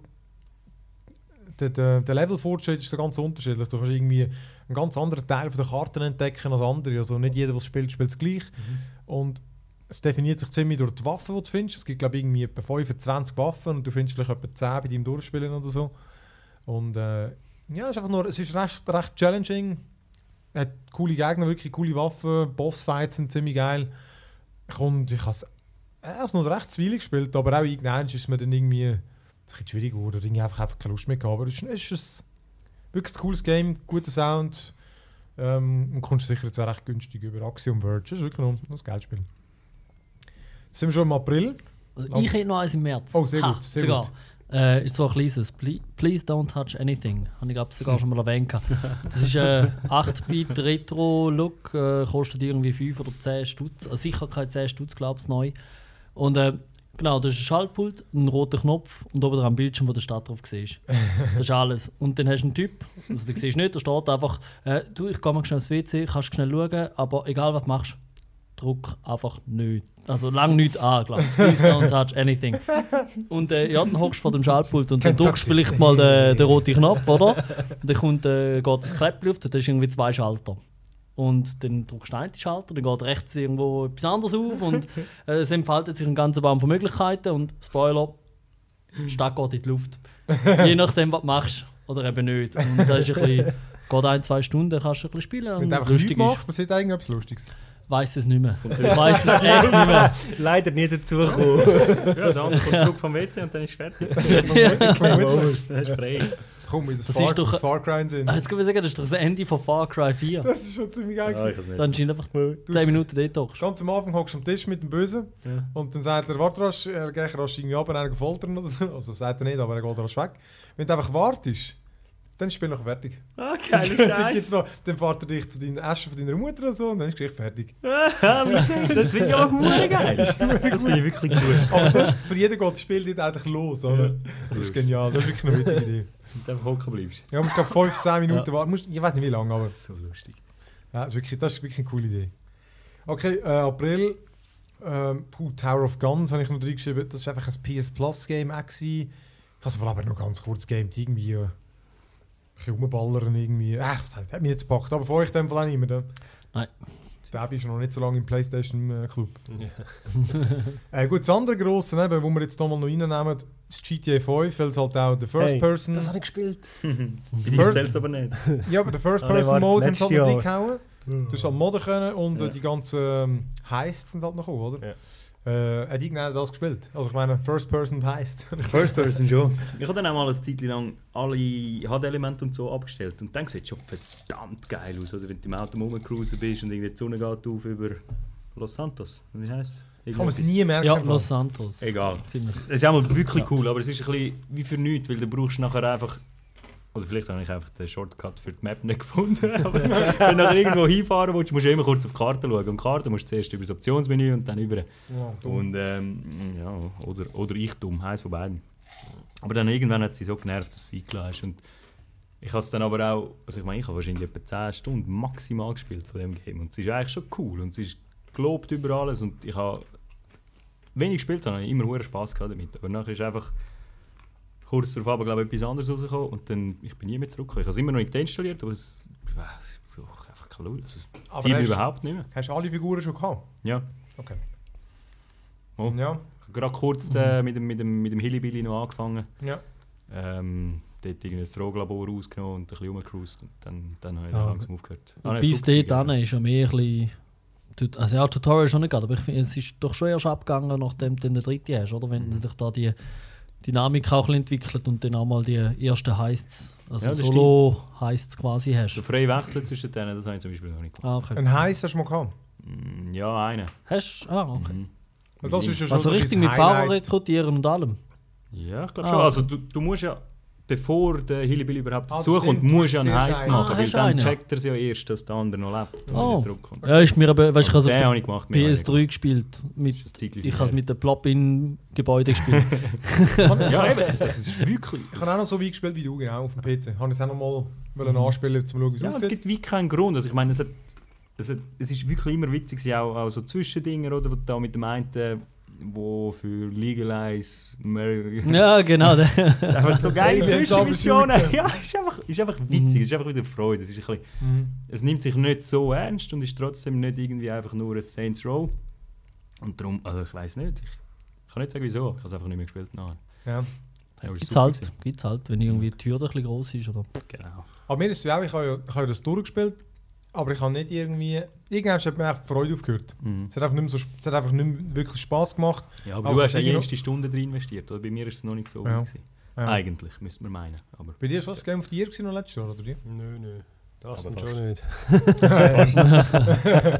Speaker 1: der, der, der Level-Fortschritt ist so ganz unterschiedlich. Du kannst irgendwie einen ganz anderen Teil von der Karten entdecken als andere. Also nicht jeder, der es spielt, spielt es gleich. Mhm. Und es definiert sich ziemlich durch die Waffen, die du findest. Es gibt, glaube ich, irgendwie etwa fünfundzwanzig Waffen und du findest vielleicht etwa zehn bei deinem Durchspielen oder so. Und äh, ja, es ist einfach nur, es ist recht, recht challenging. Er hat coole Gegner, wirklich coole Waffen. Bossfights sind ziemlich geil. Und ich habe es äh, noch recht zwiebelig gespielt, aber auch irgendwann ist es mir dann irgendwie ein bisschen schwierig geworden. Oder irgendwie einfach, einfach keine Lust mehr gehabt. Aber es ist, es ist ein wirklich ein cooles Game, guter Sound. Ähm, und kommst sicher jetzt auch recht günstig über. Axiom Verge, das ist wirklich noch ein geiles Spiel. Jetzt sind wir schon im April.
Speaker 2: Also ich hätte noch eins im März.
Speaker 1: Oh, sehr
Speaker 2: ha,
Speaker 1: gut, sehr
Speaker 2: sogar.
Speaker 1: gut.
Speaker 2: Äh, ist so ein kleines. Please, please don't touch anything. Habe ich glaube sogar schon mal erwähnt. Das ist ein acht Bit Retro-Look. Äh, kostet irgendwie fünf oder zehn Stutz. Also sicher keine zehn Stutz, glaube ich, neu. Und äh, genau, das ist ein Schaltpult, ein roter Knopf und oben dran ein Bildschirm, wo der Stadt drauf siehst. Das ist alles. Und dann hast du einen Typ, also den siehst du nicht, da steht einfach, äh, du, ich gehe mal schnell aufs W C, kannst schnell schauen, aber egal was du machst, druck einfach nicht. Also lang nicht an, glaube ich. Please don't touch anything. Und äh, ja, dann hockst du vor dem Schaltpult und dann drückst du vielleicht mal den, den roten Knopf, oder? Und dann kommt, äh, geht das Kläppchen auf, da ist irgendwie zwei Schalter. Und dann drückst du einen Schalter, dann geht rechts irgendwo etwas anderes auf und äh, es entfaltet sich ein ganzer Baum von Möglichkeiten und Spoiler, die Stadt geht in die Luft. Je nachdem, was du machst oder eben nicht. Und das ist ein bisschen, geht ein, zwei Stunden, kannst du ein bisschen spielen.
Speaker 1: Wenn du einfach nichts machst, passiert irgendetwas Lustiges.
Speaker 2: Ich weiss es nicht mehr. Ich weiss es echt nicht mehr.
Speaker 4: Leider nie dazugekommen.
Speaker 3: Ja, dann kommt zurück vom W C und dann ist es fertig.
Speaker 1: Dann
Speaker 3: hast du frei.
Speaker 1: Komm, in das,
Speaker 2: Das
Speaker 1: Far,
Speaker 2: ist doch-
Speaker 1: Far Cry Sinn.
Speaker 2: Ah, jetzt kann ich sagen, das ist doch das Ende von Far Cry vier.
Speaker 1: Das ist schon ziemlich geil.
Speaker 3: Ja, ich
Speaker 1: gewesen.
Speaker 3: weiß
Speaker 2: Dann
Speaker 3: nicht.
Speaker 2: scheint einfach zehn Minuten dort hockst.
Speaker 1: Ganz am Anfang hockst du am Tisch mit dem Bösen
Speaker 3: Ja.
Speaker 1: und dann sagt er, warte rasch, er geht rasch irgendwie ab und einen foltern oder so. Also sagt er nicht, aber er geht rasch weg. Wenn du einfach wartest, dann ist das Spiel noch fertig.
Speaker 3: Ah, geiler
Speaker 1: dann, gibt's
Speaker 3: Scheiß.
Speaker 1: noch, dann fährt er dich zu deinen Asche von deiner Mutter oder so und dann ist die Geschichte fertig.
Speaker 3: Das finde ich auch mega geil. Das finde ich wirklich gut.
Speaker 1: Aber sonst, für jeden geht das Spiel nicht eigentlich los, oder? Das ist genial, das ist wirklich eine witzige Idee.
Speaker 3: Und einfach hocken bleibst.
Speaker 1: Ja, ich glaube fünfzehn Minuten warten. Musst- Ich weiß nicht wie lange, aber
Speaker 3: Das ist so lustig.
Speaker 1: ja, das, ist wirklich, das ist wirklich eine coole Idee. Okay, äh, April. Ähm, puh, Tower of Guns habe ich noch reingeschrieben. Das ist einfach ein P S Plus Game. auch gewesen. Ich habe es aber noch ganz kurz gegamed. Irgendwie äh, ein bisschen rumballern. Irgendwie. Ach, das hat mich jetzt gepackt. Aber vorher ich dem Fall auch nicht mehr. Da.
Speaker 2: Nein.
Speaker 1: Der ist noch nicht so lange im PlayStation äh, Club. äh, gut, das andere grosse, eben, wo wir jetzt nochmal noch reinnehmen, ist G T A fünf, weil es halt auch der First
Speaker 4: Hey,
Speaker 1: Person.
Speaker 4: Das habe ich gespielt.
Speaker 3: Ich zähle es aber nicht.
Speaker 1: Ja, aber der First
Speaker 4: Ah, nee,
Speaker 1: Person
Speaker 4: warte,
Speaker 1: Mode haben sie
Speaker 4: letztes
Speaker 1: halt noch
Speaker 4: Jahr.
Speaker 1: reingehauen. Du hast halt modden können und äh,
Speaker 4: Ja.
Speaker 1: die ganzen ähm, Heists sind halt noch gekommen, oder?
Speaker 4: Ja.
Speaker 1: Äh, hat irgendeiner das gespielt? Also ich meine, First Person Heist.
Speaker 3: First Person schon. Ich habe dann auch mal eine Zeit lang alle H D-Elemente und so abgestellt. Und dann sieht es schon verdammt geil aus. Also wenn du im Auto rumcruisen bist und irgendwie die Sonne geht auf über Los Santos. Wie heisst es?
Speaker 1: Kann man es nie merken.
Speaker 2: Ja,
Speaker 1: im Fall.
Speaker 2: Los Santos.
Speaker 3: Egal.
Speaker 2: Ziemlich.
Speaker 3: Es ist auch mal wirklich cool, aber es ist ein bisschen wie für nichts, weil du brauchst nachher einfach... Oder vielleicht habe ich einfach den Shortcut für die Map nicht gefunden. Aber wenn du nachher irgendwo hinfahren willst, musst du immer kurz auf die Karte schauen. Und die Karte musst du zuerst über das Optionsmenü und dann über...
Speaker 1: Ja, dumm.
Speaker 3: Und ähm, ja, oder, oder ich dumm, eins von beiden. Aber dann irgendwann hat es dich so genervt, dass du es eingeladen hast. Und ich habe es dann aber auch... Also ich meine, ich habe wahrscheinlich etwa zehn Stunden maximal gespielt von dem Game. Und es ist eigentlich schon cool und es ist gelobt über alles. Und ich habe... Wenig gespielt habe, habe ich immer hohen Spass gehabt damit. Aber nachher ist einfach... Kurz darauf aber, glaube ich, etwas anderes rausgekommen und dann, ich bin nie mehr zurückgekommen. Ich habe es immer noch nicht deinstalliert, aber es ist einfach keine Lust. Also, das
Speaker 1: Aber
Speaker 3: zieht mich
Speaker 1: hast-
Speaker 3: überhaupt nicht mehr.
Speaker 1: Hast du alle Figuren schon gehabt?
Speaker 3: Ja.
Speaker 1: Okay.
Speaker 3: Oh.
Speaker 1: Ja.
Speaker 3: Ich habe gerade kurz äh, mit dem, mit dem, mit dem Hillybilly noch angefangen.
Speaker 1: Ja.
Speaker 3: Ähm, dort irgendwie das Droglabor rausgenommen und ein bisschen rumgecruised und dann, dann habe ich
Speaker 2: Ja.
Speaker 3: langsam aufgehört.
Speaker 2: Und
Speaker 3: Ah,
Speaker 2: bis
Speaker 3: Flugzeuge,
Speaker 2: dort hin ist ja mehr ein bisschen... Tut- Also ja, Tutorial schon nicht gerade, aber ich finde, es ist doch schon erst abgegangen, nachdem du den dritten hast, oder? Wenn
Speaker 3: Mhm.
Speaker 2: sich da die Dynamik auch ein bisschen entwickelt und dann auch mal die ersten Heists, also
Speaker 3: Ja, das
Speaker 2: Solo-Heists quasi hast.
Speaker 3: Also frei wechseln zwischen denen, das habe ich zum Beispiel noch nicht gemacht.
Speaker 2: Ah, okay.
Speaker 1: Ein Heist hast du mal gehabt?
Speaker 3: Mm, Ja, einen.
Speaker 2: Hast du? Ah, okay.
Speaker 3: Mhm.
Speaker 1: Das ist ja schon
Speaker 2: Also
Speaker 1: so
Speaker 2: richtig
Speaker 1: dein
Speaker 2: mit Fahrer
Speaker 1: Highlight.
Speaker 2: rekrutieren und allem?
Speaker 3: Ja, ich glaube
Speaker 2: Ah,
Speaker 3: schon.
Speaker 2: okay.
Speaker 3: Also du, du musst ja bevor der Hillybilly überhaupt
Speaker 1: Ah,
Speaker 3: dazukommt,
Speaker 1: stimmt,
Speaker 3: musst du
Speaker 1: du
Speaker 3: ja einen
Speaker 1: hast
Speaker 3: Heist
Speaker 1: einen.
Speaker 3: machen,
Speaker 2: Ah,
Speaker 3: weil
Speaker 2: hast du
Speaker 3: dann
Speaker 2: einen?
Speaker 3: checkt er es ja erst, dass der andere noch lebt und
Speaker 2: Oh.
Speaker 3: wieder zurückkommt.
Speaker 2: Ja, ist mir aber, weißt, ich habe
Speaker 3: Den
Speaker 2: es
Speaker 3: habe
Speaker 2: auf
Speaker 3: ich gemacht.
Speaker 2: der P S drei gespielt. Mit,
Speaker 3: Das ist ein Zeitchen
Speaker 2: ich habe es
Speaker 3: her.
Speaker 2: mit dem Plop-in-Gebäude gespielt.
Speaker 3: Ja, eben, es, es ist wirklich...
Speaker 1: Ich habe auch noch so weit gespielt wie du, genau, auf dem P C. Habe ich es auch noch mal wollen anspielen, um zu schauen, wie es
Speaker 3: Ja, es
Speaker 1: aussieht.
Speaker 3: gibt wie keinen Grund. Also ich meine, es, hat, es, hat, es ist wirklich immer witzig, gewesen, auch, auch so Zwischendinger, oder, wo du da mit dem einen, wo für Legalize, Mary,
Speaker 2: Ja, genau. der-
Speaker 3: einfach so geile
Speaker 1: Aliens
Speaker 3: Zwischenmissionen.
Speaker 1: overshooten.
Speaker 3: Ja, es ist einfach, ist einfach witzig, es ist einfach wieder Freude. Es, ist ein bisschen,
Speaker 1: Mhm.
Speaker 3: es nimmt sich nicht so ernst und ist trotzdem nicht irgendwie einfach nur ein Saints Row. Und darum, also ich weiß nicht, ich, ich kann nicht sagen wieso, ich habe es einfach nicht mehr gespielt nachher.
Speaker 1: Ja.
Speaker 3: Ja, aber es ist
Speaker 2: Gibt's
Speaker 3: super
Speaker 2: halt,
Speaker 3: gewesen.
Speaker 2: gibt's halt, wenn irgendwie die Tür ein bisschen gross ist. Oder?
Speaker 3: Genau.
Speaker 1: Aber mir ist es ja auch, ich habe ja, ich habe ja das durchgespielt, aber ich habe nicht irgendwie... Irgendwann hat mir einfach die Freude aufgehört.
Speaker 3: Mhm.
Speaker 1: Es hat einfach nicht mehr, so, es hat einfach nicht mehr wirklich Spass gemacht.
Speaker 3: Ja, aber,
Speaker 1: Aber
Speaker 3: du hast ja
Speaker 1: irgendwie noch-
Speaker 3: jede Stunde drin investiert, oder? Bei mir ist es noch nicht so
Speaker 1: Ja.
Speaker 3: gewesen.
Speaker 1: Ja.
Speaker 3: Eigentlich, müsste man meinen. Aber
Speaker 1: Bei dir war das Game of the Year gewesen, noch letztes Jahr, oder dir?
Speaker 4: Nö, nö. Das
Speaker 3: Aber
Speaker 4: sind
Speaker 3: fast.
Speaker 4: schon nicht.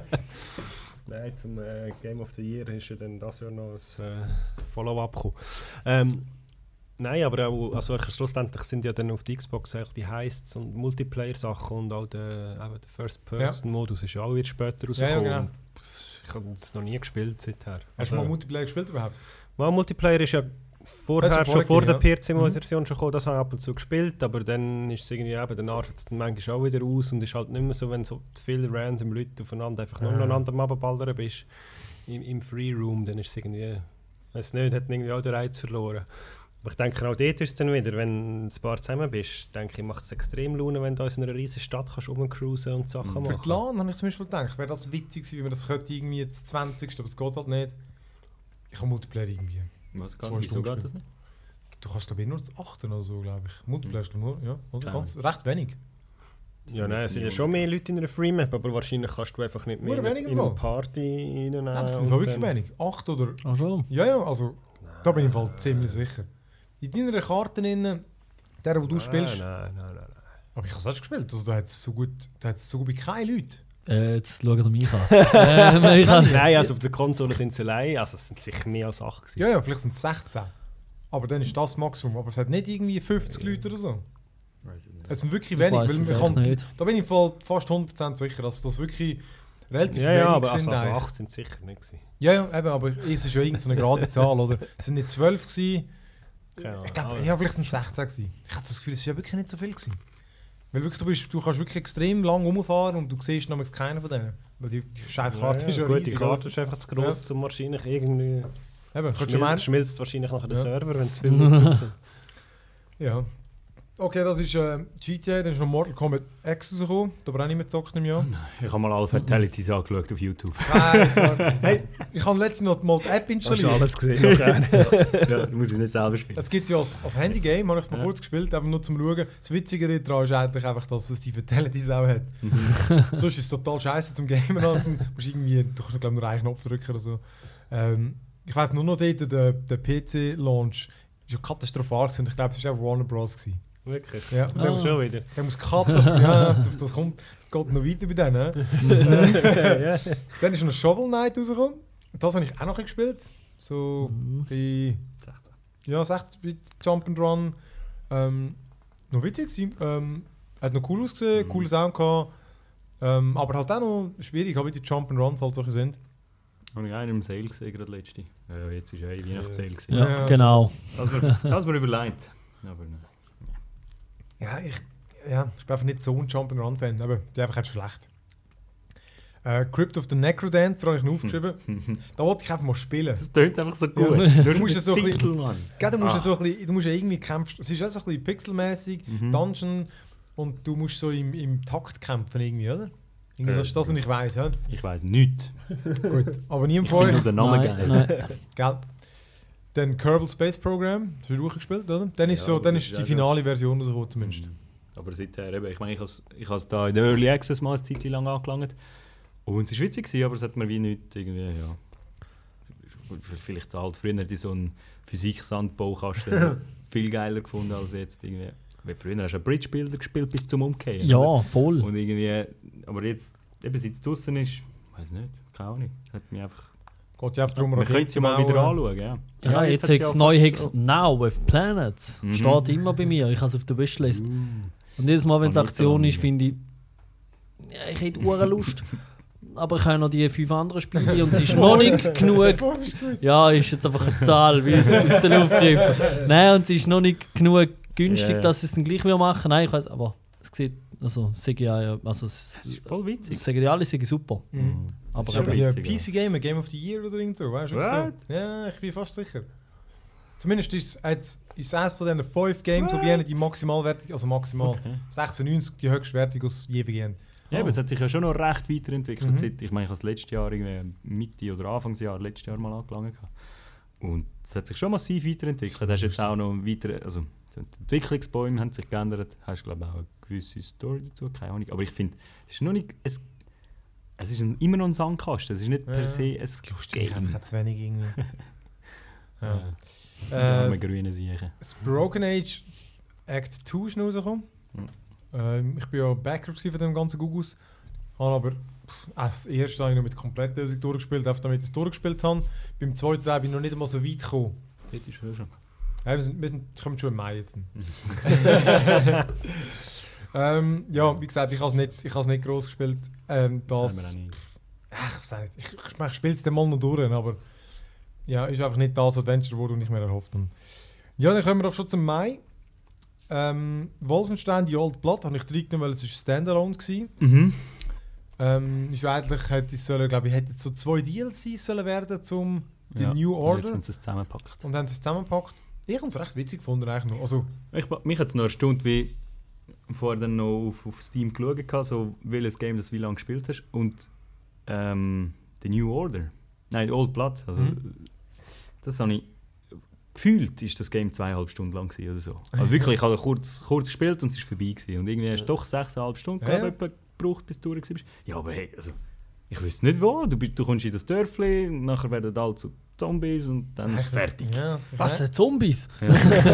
Speaker 4: Nein, zum äh, Game of the Year ist ja dann das Jahr noch ein äh, Follow-up gekommen. Ähm, nein, aber auch, also schlussendlich sind ja dann auf der Xbox eigentlich die Heists und Multiplayer-Sachen und auch der, eben der First-Person-Modus ist ja auch wieder später
Speaker 1: Ja, ja,
Speaker 4: rausgekommen.
Speaker 1: genau.
Speaker 4: Und ich habe es noch nie gespielt seither.
Speaker 1: Hast du mal Multiplayer gespielt überhaupt?
Speaker 4: Mal Multiplayer ist ja vorher
Speaker 1: Das ist
Speaker 4: schon vor der
Speaker 1: vorher,
Speaker 4: P C-Version schon gekommen, das habe ich ab und zu gespielt, aber dann ist es irgendwie eben, dann artet es dann manchmal auch wieder aus und ist halt nicht mehr so, wenn so zu viele random Leute aufeinander einfach nur
Speaker 1: Ja.
Speaker 4: aneinander am Abballern bist im, im Free Room, dann ist es irgendwie, weiß nicht, hat irgendwie auch den Reiz verloren. Aber ich denke, auch dort ist es dann wieder, wenn du ein paar zusammen bist, denke ich, macht es extrem Laune, wenn du in einer riesen Stadt kannst rumcruisen und Sachen
Speaker 1: Für
Speaker 4: machen.
Speaker 1: die LAN habe ich zum Beispiel gedacht, wäre das witzig gewesen, wenn man das könnte irgendwie jetzt zwanzig, aber es geht halt nicht. Ich habe Multiplayer irgendwie.
Speaker 3: was
Speaker 1: Zwei
Speaker 3: kann, wieso
Speaker 1: Stunden
Speaker 3: geht das nicht?
Speaker 1: Du kannst glaube ich nur das achten oder so, glaube ich. Multiplayer ist nur, ja, oder?
Speaker 3: Keine
Speaker 1: Ganz, recht wenig.
Speaker 4: Ja, nein, es sind ja schon mehr Leute in einer Free-Map, aber wahrscheinlich kannst du einfach nicht mehr
Speaker 1: Nur
Speaker 4: in,
Speaker 1: weniger
Speaker 4: in eine
Speaker 1: mal.
Speaker 4: Party reinnehmen.
Speaker 1: Nein, das sind
Speaker 4: und
Speaker 1: wirklich
Speaker 4: dann-
Speaker 1: wenig. Acht oder...
Speaker 2: Ach schon.
Speaker 1: Ja, ja, also da bin ich im Fall ziemlich sicher. In deiner Karte innen, der, wo du
Speaker 4: nein,
Speaker 1: spielst...
Speaker 4: Nein, nein, nein, nein.
Speaker 1: Aber ich habe es auch gespielt, also da hat es so gut... Da hat es so gut wie keine Leute.
Speaker 2: Äh, jetzt schaut ihr mich an. äh, ich kann,
Speaker 4: Nein, also auf der Konsole sind sie allein, also es sind sicher mehr als acht gewesen.
Speaker 1: Ja, ja, vielleicht sind es sechzehn. Aber dann ist das das Maximum. Aber es hat nicht irgendwie fünfzig Leute oder so.
Speaker 3: Weiß ich nicht.
Speaker 1: Es sind wirklich
Speaker 2: Ich
Speaker 1: wenig.
Speaker 2: weiss
Speaker 1: Weil
Speaker 2: es
Speaker 1: man
Speaker 2: echt
Speaker 1: kann,
Speaker 2: nicht.
Speaker 1: da bin ich im Fall fast hundert Prozent sicher, dass das wirklich relativ
Speaker 4: Ja,
Speaker 1: wenig
Speaker 4: ja, aber
Speaker 1: sind.
Speaker 4: also, also
Speaker 1: eigentlich.
Speaker 4: acht sind sicher nicht gewesen.
Speaker 1: Ja, ja, eben, aber es ist ja irgendeine gerade Zahl, oder? Es sind nicht zwölf gewesen.
Speaker 4: Keine Ahnung.
Speaker 1: Ich glaube,
Speaker 4: Aber-
Speaker 1: ja, vielleicht sind es sechzehn gewesen. Ich hatte das Gefühl, es ist ja wirklich nicht so viel gewesen. Weil wirklich, du, bist, du kannst wirklich extrem lang rumfahren und du siehst nämlich keinen von denen. Weil die, die scheiß Karte
Speaker 4: ja,
Speaker 1: ist ja
Speaker 4: gut,
Speaker 1: riesig.
Speaker 4: die Karte ist einfach zu gross,
Speaker 1: Ja.
Speaker 4: zum wahrscheinlich irgendwie...
Speaker 1: Eben, kannst du
Speaker 4: Schmil
Speaker 1: meinen.
Speaker 4: schmilzt wahrscheinlich nachher der
Speaker 1: Ja.
Speaker 4: Server, wenn zu viele Leute drauf sind.
Speaker 1: Ja. Okay, das ist äh, G T A, dann ist noch Mortal Kombat X rausgekommen. Da habe ich auch nicht mehr gezockt im Jahr.
Speaker 3: Ich habe mal alle Fatalities angeschaut auf YouTube.
Speaker 1: Nein, so. Hey, ich habe letztens noch mal die App
Speaker 4: Hast du
Speaker 1: installiert.
Speaker 4: alles gesehen? nachher?
Speaker 3: Ja, du musst es nicht selber spielen.
Speaker 1: Es gibt ja als, als Handy-Game, habe ich es mal
Speaker 3: Ja.
Speaker 1: kurz gespielt, einfach nur zum Schauen. Das Witzige daran ist eigentlich einfach, dass es die Fatalities auch hat. Sonst ist es total scheiße zum Gamen. Also, du musst irgendwie, du kannst glaube nur einen Knopf drücken oder so. Ähm, ich weiß nur noch dort, der, der P C-Launch ist ja katastrophal gewesen. Und ich glaube, es war auch Warner Bros. Gewesen.
Speaker 4: Wirklich?
Speaker 1: Ja,
Speaker 2: Ah.
Speaker 1: der, muss,
Speaker 4: So wieder.
Speaker 1: der muss katastrophal... ja, das, das kommt, geht noch weiter bei denen. Äh,
Speaker 4: ja.
Speaker 1: Dann ist noch Shovel Knight rausgekommen. Das habe ich auch noch gespielt. So
Speaker 2: Mhm.
Speaker 1: bei... Ja, sechzehn Bit Jump'n'Run. Ähm, noch witzig gewesen. Ähm, hat noch cool ausgesehen,
Speaker 3: Mhm.
Speaker 1: cooler Sound gehabt. Ähm, aber halt auch noch schwierig, wie die Jump'n'Runs halt solche sind.
Speaker 3: Habe ich einen im Sale gesehen, gerade letzte. Ja, jetzt ist ja eh Weihnachtssale gewesen.
Speaker 2: Ja,
Speaker 1: Ja.
Speaker 2: genau.
Speaker 3: Das mir, das mir überlegt. Aber nein.
Speaker 1: Ja, ich, ja, ich bin einfach nicht so ein Jump'n'Run-Fan, aber die einfach halt schlecht. Äh, Crypt of the Necrodancer habe ich noch aufgeschrieben. Da wollte ich einfach mal spielen.
Speaker 3: Das tönt einfach so gut.
Speaker 1: Ja.
Speaker 3: Nur
Speaker 1: Du musst ja so ein
Speaker 3: Titel, Mann.
Speaker 1: Gell, du, musst
Speaker 3: Ah.
Speaker 1: ja so ein bisschen, du musst ja irgendwie kämpfen. Es ist auch so ein bisschen pixelmäßig,
Speaker 3: Mhm.
Speaker 1: Dungeon, und du musst so im, im Takt kämpfen irgendwie, oder? Irgendwie,
Speaker 3: Äh,
Speaker 1: das ist das, was ich weiss, ja?
Speaker 3: Ich weiss nichts.
Speaker 1: Gut, aber nie im
Speaker 3: Ich finde nur
Speaker 1: Fall.
Speaker 3: den Namen
Speaker 2: Nein,
Speaker 3: geil.
Speaker 2: nein.
Speaker 1: Gell? Dann Kerbal Space Program, das hast du durchgespielt, oder? Dann ist,
Speaker 3: Ja,
Speaker 1: so,
Speaker 3: aber
Speaker 1: dann
Speaker 3: das
Speaker 1: ist
Speaker 3: ist
Speaker 1: die
Speaker 3: auch
Speaker 1: finale Version rausgekommen zumindest.
Speaker 3: Mhm. Aber seither eben, ich meine, ich habe es ich has da in der Early Access mal eine Zeit lang angelangt. Und es war witzig, gewesen, aber es hat mir wie nichts irgendwie, ja... Vielleicht zu alt. Früher hätte ich so einen Physik-Sandbaukasten viel geiler gefunden als jetzt irgendwie... Weil früher hast du einen Bridge-Builder gespielt bis zum Umkehren.
Speaker 2: Ja,
Speaker 3: oder?
Speaker 2: voll.
Speaker 3: Und irgendwie... Aber jetzt, eben seit es draussen ist, weiß nicht, keine Ahnung. Hat mich einfach...
Speaker 1: Geht ja einfach darum,
Speaker 3: Wir können es ja mal wieder anschauen. Ja,
Speaker 2: ja, ja jetzt hat es neu Hex Now with Planets. Mhm. Steht immer bei mir. Ich habe es auf der Wishlist. Uh. Und jedes Mal, wenn es Aktion ist, finde ich, ja, ich hätte Uhren Lust. Aber ich habe noch die fünf anderen Spiele und es ist noch nicht genug. Ja, ist jetzt einfach eine Zahl, wie aus der Luft gegriffen. Nein, und es ist noch nicht genug günstig, yeah. dass sie es dann gleich wieder machen. Nein, ich weiß, aber es sieht, also C G I, also es
Speaker 3: ist voll witzig.
Speaker 2: C G I sind super. Mhm.
Speaker 1: Aber das ist aber ein P C-Game, Game of the Year oder irgend so, weißt du? So. Ja, ich bin fast sicher. Zumindest ist es ist eines von diesen fünf Games, die die Maximalwertung, also maximal okay. sechsundneunzig die höchste Wertung aus je begehen.
Speaker 3: Ja, aber es hat sich ja schon noch recht weiterentwickelt. Mhm. Seit, ich meine, ich habe das letzte Jahr, irgendwie Mitte oder Anfangsjahr, letztes Jahr mal angelangt. Und es hat sich schon massiv weiterentwickelt. Du hast jetzt auch noch weiter, also die Entwicklungsbäume haben sich geändert. Du hast, glaube ich, auch eine gewisse Story dazu, keine Ahnung. Aber ich finde, es ist noch nicht, es, es ist ein, immer noch ein Sandkasten. Es ist nicht ja, per se ein
Speaker 1: Game. Ich habe zu wenig irgendwie.
Speaker 3: ja. Ja. Äh, grüne Siechen.
Speaker 1: Das Broken Age Act zwei ist rausgekommen. Mhm. Ähm, ich war ja Backer von dem ganzen Gugus. Habe aber pff, als erstes habe ich noch mit komplett Lösung durchgespielt, einfach damit ich es durchgespielt habe. Beim zweiten Teil bin ich noch nicht einmal so weit gekommen.
Speaker 3: Das ist schon schon.
Speaker 1: Ja, wir, sind, wir sind, kommen schon im Mai jetzt. ähm, ja, wie gesagt, ich habe es nicht, ich nicht gross gespielt. Ähm, das, das haben wir auch nicht. Pff, ach, ich weiß nicht. Ich, ich, ich spiele es dann mal noch durch, aber ja, ist einfach nicht das Adventure, das ich mir erhofft habe. Ja, dann kommen wir doch schon zum Mai. Ähm, Wolfenstein, die Old Blood, habe ich reingenommen, weil es ein Standalone war. Mhm. Ähm, ist eigentlich, hätte es sollen, glaube ich, hätte so zwei D L Cs sollen werden zum die
Speaker 3: ja,
Speaker 1: New Order.
Speaker 3: Jetzt haben sie es zusammengepackt.
Speaker 1: Und haben sie es zusammengepackt. Ich habe es recht witzig gefunden eigentlich noch. Also,
Speaker 3: ich, mich hat es noch erstaunt, wie vorher dann noch auf, auf Steam geschaut habe, so welches Game das wie lange gespielt hast. Und ähm, die New Order, nein, die Old Blood, also mhm. das habe ich gefühlt ist das Game zweieinhalb Stunden lang oder so. Also wirklich, ich habe kurz, kurz gespielt und es war vorbei gewesen. Und irgendwie hast du doch sechseinhalb Stunden ja, ja. gebraucht, bis du durch warst. Ja, aber hey, also, ich wüsste nicht wo. Du, du kommst in das Dörfli, nachher werden alle zu Zombies und dann ist es fertig.
Speaker 2: Ja. Was, äh, Zombies? Ja.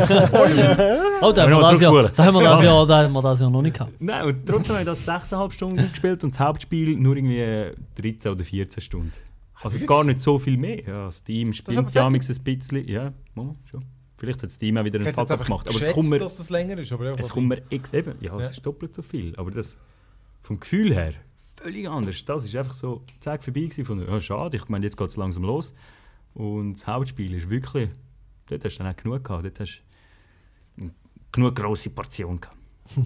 Speaker 2: oh, da haben wir das, ja, da haben wir das, ja, da haben wir das ja noch nicht gehabt.
Speaker 3: Nein, und trotzdem habe ich das sechseinhalb Stunden gespielt und das Hauptspiel nur irgendwie dreizehn oder vierzehn Stunden. Also wirklich? Gar nicht so viel mehr. Ja, Steam spielt ja ein bisschen. Ja, Mama, schon. Vielleicht hat Steam auch wieder einen Fuck-up gemacht. Aber es kommt mir,
Speaker 1: dass das länger ist. Aber ja,
Speaker 3: es kommt mir ex eben. Ja, ja, es ist doppelt so viel. Aber das vom Gefühl her völlig anders. Das war einfach so zack vorbei gewesen von, ja, schade, ich meine, jetzt geht es langsam los. Und das Hauptspiel ist wirklich, dort hast du dann auch genug gehabt. Dort hast du genug grosse Portion gehabt.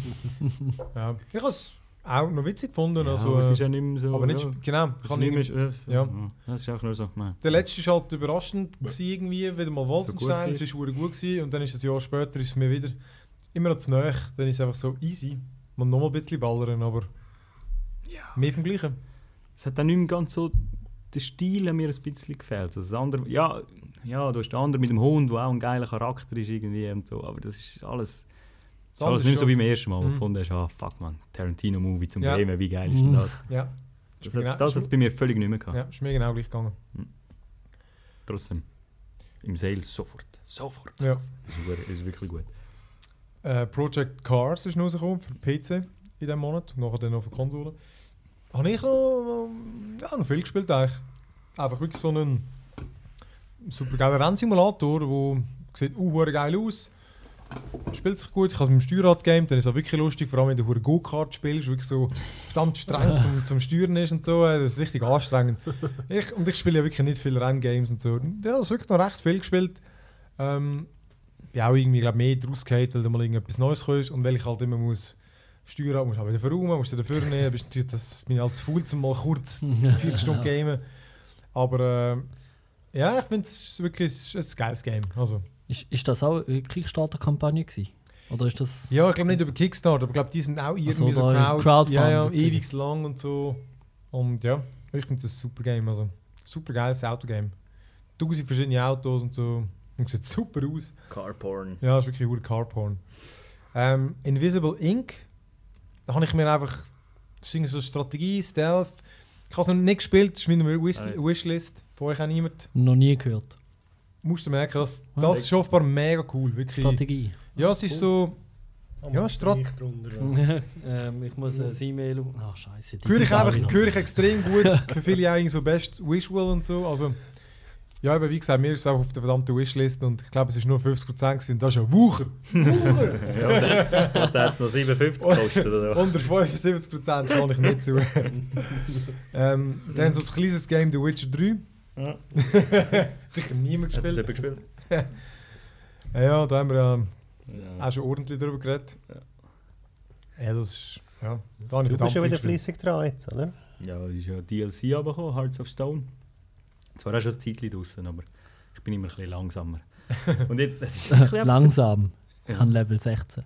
Speaker 1: ja, ich habe es auch noch witzig gefunden.
Speaker 3: Ja,
Speaker 1: also,
Speaker 3: aber es ist ja nicht mehr so.
Speaker 1: Aber nicht,
Speaker 3: ja,
Speaker 1: genau.
Speaker 3: Kann nicht mehr, ja, ja. Das ist einfach nur so. Nein.
Speaker 1: Der letzte war halt überraschend, irgendwie, wieder mal Wolfenstein. Es war gut gewesen, und dann ist ein Jahr später ist es mir wieder immer noch zu nahe. Dann ist es einfach so easy. Man noch mal ein bisschen ballern, aber ja. Mehr vom Gleichen.
Speaker 3: Es hat dann nicht mehr ganz so. Der Stil hat mir ein bisschen gefällt. Also das andere, ja, ja, du hast den anderen mit dem Hund, der auch ein geiler Charakter ist irgendwie und so, aber das ist alles. Das ist alles nicht so wie beim ersten Mal, wo mhm. du gefunden hast, ah, fuck man, Tarantino-Movie zum ja. Gamen, wie geil ist denn das?
Speaker 1: Ja.
Speaker 3: Das, das, das hat es bei mir völlig nicht mehr gehabt.
Speaker 1: Ja, ist mir genau gleich gegangen.
Speaker 3: Mhm. Trotzdem, im Sales sofort. Sofort.
Speaker 1: Ja.
Speaker 3: Das ist, ist, ist wirklich gut.
Speaker 1: Äh, Project Cars ist rausgekommen für P C in diesem Monat, nachher dann noch für Konsolen. Habe ich noch, ja, noch viel gespielt eigentlich. Einfach wirklich so einen super geiler Rennsimulator, der sieht uh, geil aus. Spielt sich gut, ich habe es mit dem Steuerrad gegamed, dann ist es auch wirklich lustig, vor allem wenn du eine Go-Kart spielst, wirklich so verdammt streng zum, zum Steuern ist und so, das ist richtig anstrengend. Ich, und ich spiele ja wirklich nicht viele Renngames und so. Ja, das wirklich noch recht viel gespielt. Ähm, bin auch irgendwie, glaub, mehr draus gehabt, weil du mal irgendetwas Neues kommst und weil ich halt immer muss Steuerrad, musst du auch wieder verräumen, musst du dafür nehmen, bist natürlich, das bin ich halt zu faul, zum mal kurz vier Stunden gamen. Aber äh, ja, ich finde es wirklich ein geiles Game. Also.
Speaker 2: Ist, ist das auch eine Kickstarter-Kampagne gewesen? Oder ist das...
Speaker 1: Ja, ich glaube nicht über Kickstarter, aber ich glaube, die sind auch irgendwie also so Crowd, Crowdfunded. Ja, ja, ewig lang und so. Und ja, ich finde es ein super Game. Also, super geiles Autogame. Tausend verschiedene Autos und so. Und sieht super aus.
Speaker 3: Carporn.
Speaker 1: Ja, das ist wirklich ein Carporn. Ähm, Invisible Ink. Da habe ich mir einfach... Das ist so eine Strategie, Stealth. Ich habe es noch nicht gespielt, das ist meine Wish- Wishlist. Von euch auch niemand.
Speaker 2: Noch nie gehört.
Speaker 1: Musst du merken, das, das ist offenbar mega cool. Wirklich.
Speaker 2: Strategie.
Speaker 1: Ja, es ist so... Ja, Strategie.
Speaker 2: ähm, ich muss ein E-Mail... Ah, oh, scheiße.
Speaker 1: Höre ich, einfach, höre ich extrem gut. Für viele auch so best Visual und so. Also, Ja, aber wie gesagt, mir ist es auch auf der verdammten Wishlist und ich glaube, es ist nur fünfzig Prozent gewesen und das ist ja Wucher. Wucher!
Speaker 3: Ja, was hat es noch siebenundfünfzig gekostet? Oder?
Speaker 1: Unter fünfundsiebzig Prozent kann ich nicht zu. ähm, dann so ein kleines Game, The Witcher drei.
Speaker 3: Ja.
Speaker 1: Sicher niemand
Speaker 3: Hat das
Speaker 1: gespielt.
Speaker 3: jemand gespielt?
Speaker 1: Ja, da haben wir ja
Speaker 3: Ja.
Speaker 1: auch schon ordentlich drüber geredet.
Speaker 3: Ja.
Speaker 1: Ja, das ist... Ja, da habe ich
Speaker 4: Du bist schon wieder
Speaker 1: viel gespielt.
Speaker 4: fleissig dran jetzt, oder?
Speaker 3: Ja, ist ja D L C runtergekommen, Hearts of Stone. Zwar auch schon ein Zeitchen draussen, aber ich bin immer ein bisschen langsamer. Und jetzt, es ist wirklich einfach-
Speaker 2: Langsam. Ich
Speaker 3: Ja.
Speaker 2: habe Level sechzehn.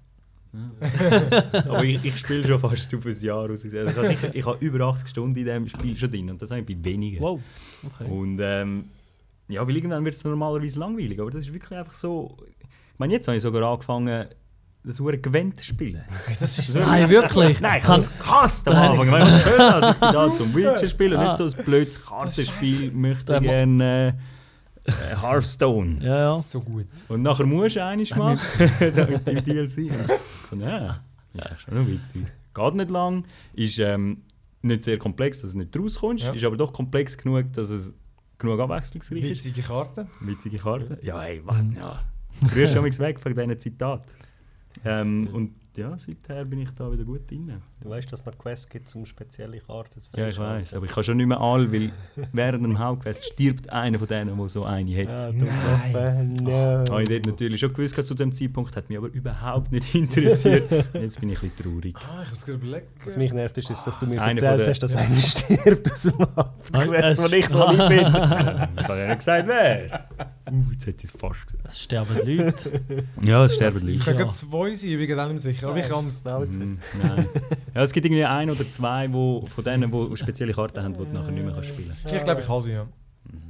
Speaker 3: Aber ich, ich spiele schon fast auf ein Jahr aus. Also ich, habe sicher- ich habe über achtzig Stunden in diesem Spiel schon drin und das habe ich bei wenigen.
Speaker 2: Wow. Okay.
Speaker 3: Und ähm, ja, weil irgendwann wird es normalerweise langweilig, aber das ist wirklich einfach so... Ich meine, jetzt habe ich sogar angefangen, das hure Gwent zu spielen.
Speaker 1: Das ist so...
Speaker 2: Nein, wirklich?
Speaker 3: Nein, ich habe es gehasst am Anfang. Wenn man schön also ich bin da zum Witcher spielen und
Speaker 2: Ah.
Speaker 3: nicht so ein blödes Kartenspiel, möchte
Speaker 2: Da
Speaker 3: ich
Speaker 2: ma-
Speaker 3: gerne äh, äh, Hearthstone.
Speaker 2: Ja, ja.
Speaker 1: so gut.
Speaker 3: Und nachher musst du eines machen, im D L C. Und ja, ist eigentlich schon noch witzig. Geht nicht lang, ist ähm, nicht sehr komplex, dass du nicht rauskommst,
Speaker 1: Ja.
Speaker 3: ist aber doch komplex genug, dass es genug abwechslungsreich ist.
Speaker 1: Witzige Karten.
Speaker 3: Witzige Karte. Ja, hey, warte, ja. Du rührst schon mal weg von diesen Zitaten. Ähm, und ja, seither bin ich da wieder gut drin.
Speaker 4: Du weißt, dass es noch Quests gibt, um spezielle Karten zu
Speaker 3: Ja, ich
Speaker 4: freischalten.
Speaker 3: weiß, aber ich kann schon nicht mehr alle, weil während dem Hauptquest stirbt einer von denen, der so eine hat.
Speaker 4: Ah, du
Speaker 1: Nein.
Speaker 4: Papa, no.
Speaker 3: Habe ich dort natürlich schon gewusst zu dem Zeitpunkt, hat mich aber überhaupt nicht interessiert. Jetzt bin ich ein bisschen traurig.
Speaker 1: Ah, ich muss gerade überlegen.
Speaker 4: Was mich nervt, ist, dass du mir
Speaker 3: Einer
Speaker 4: erzählt
Speaker 3: von der-
Speaker 4: hast, dass einer stirbt aus dem Hauptquest,
Speaker 2: Es-
Speaker 4: wo ich noch nicht bin.
Speaker 3: Ich habe ja nicht gesagt, wer. Uh, jetzt hätte ich es fast gesagt.
Speaker 2: Es sterben Leute.
Speaker 3: Ja, es sterben
Speaker 1: Ich
Speaker 3: Leute.
Speaker 1: kann
Speaker 2: Ja.
Speaker 1: gerade zwei sein, ich bin gerade auch nicht mehr sicher. Aber ich kann...
Speaker 3: Mhm, nein. Ja, es gibt irgendwie ein oder zwei wo, von denen, die spezielle Karten haben, die du nachher nicht mehr kannst spielen
Speaker 1: Ich glaube, ich kann sie, ja.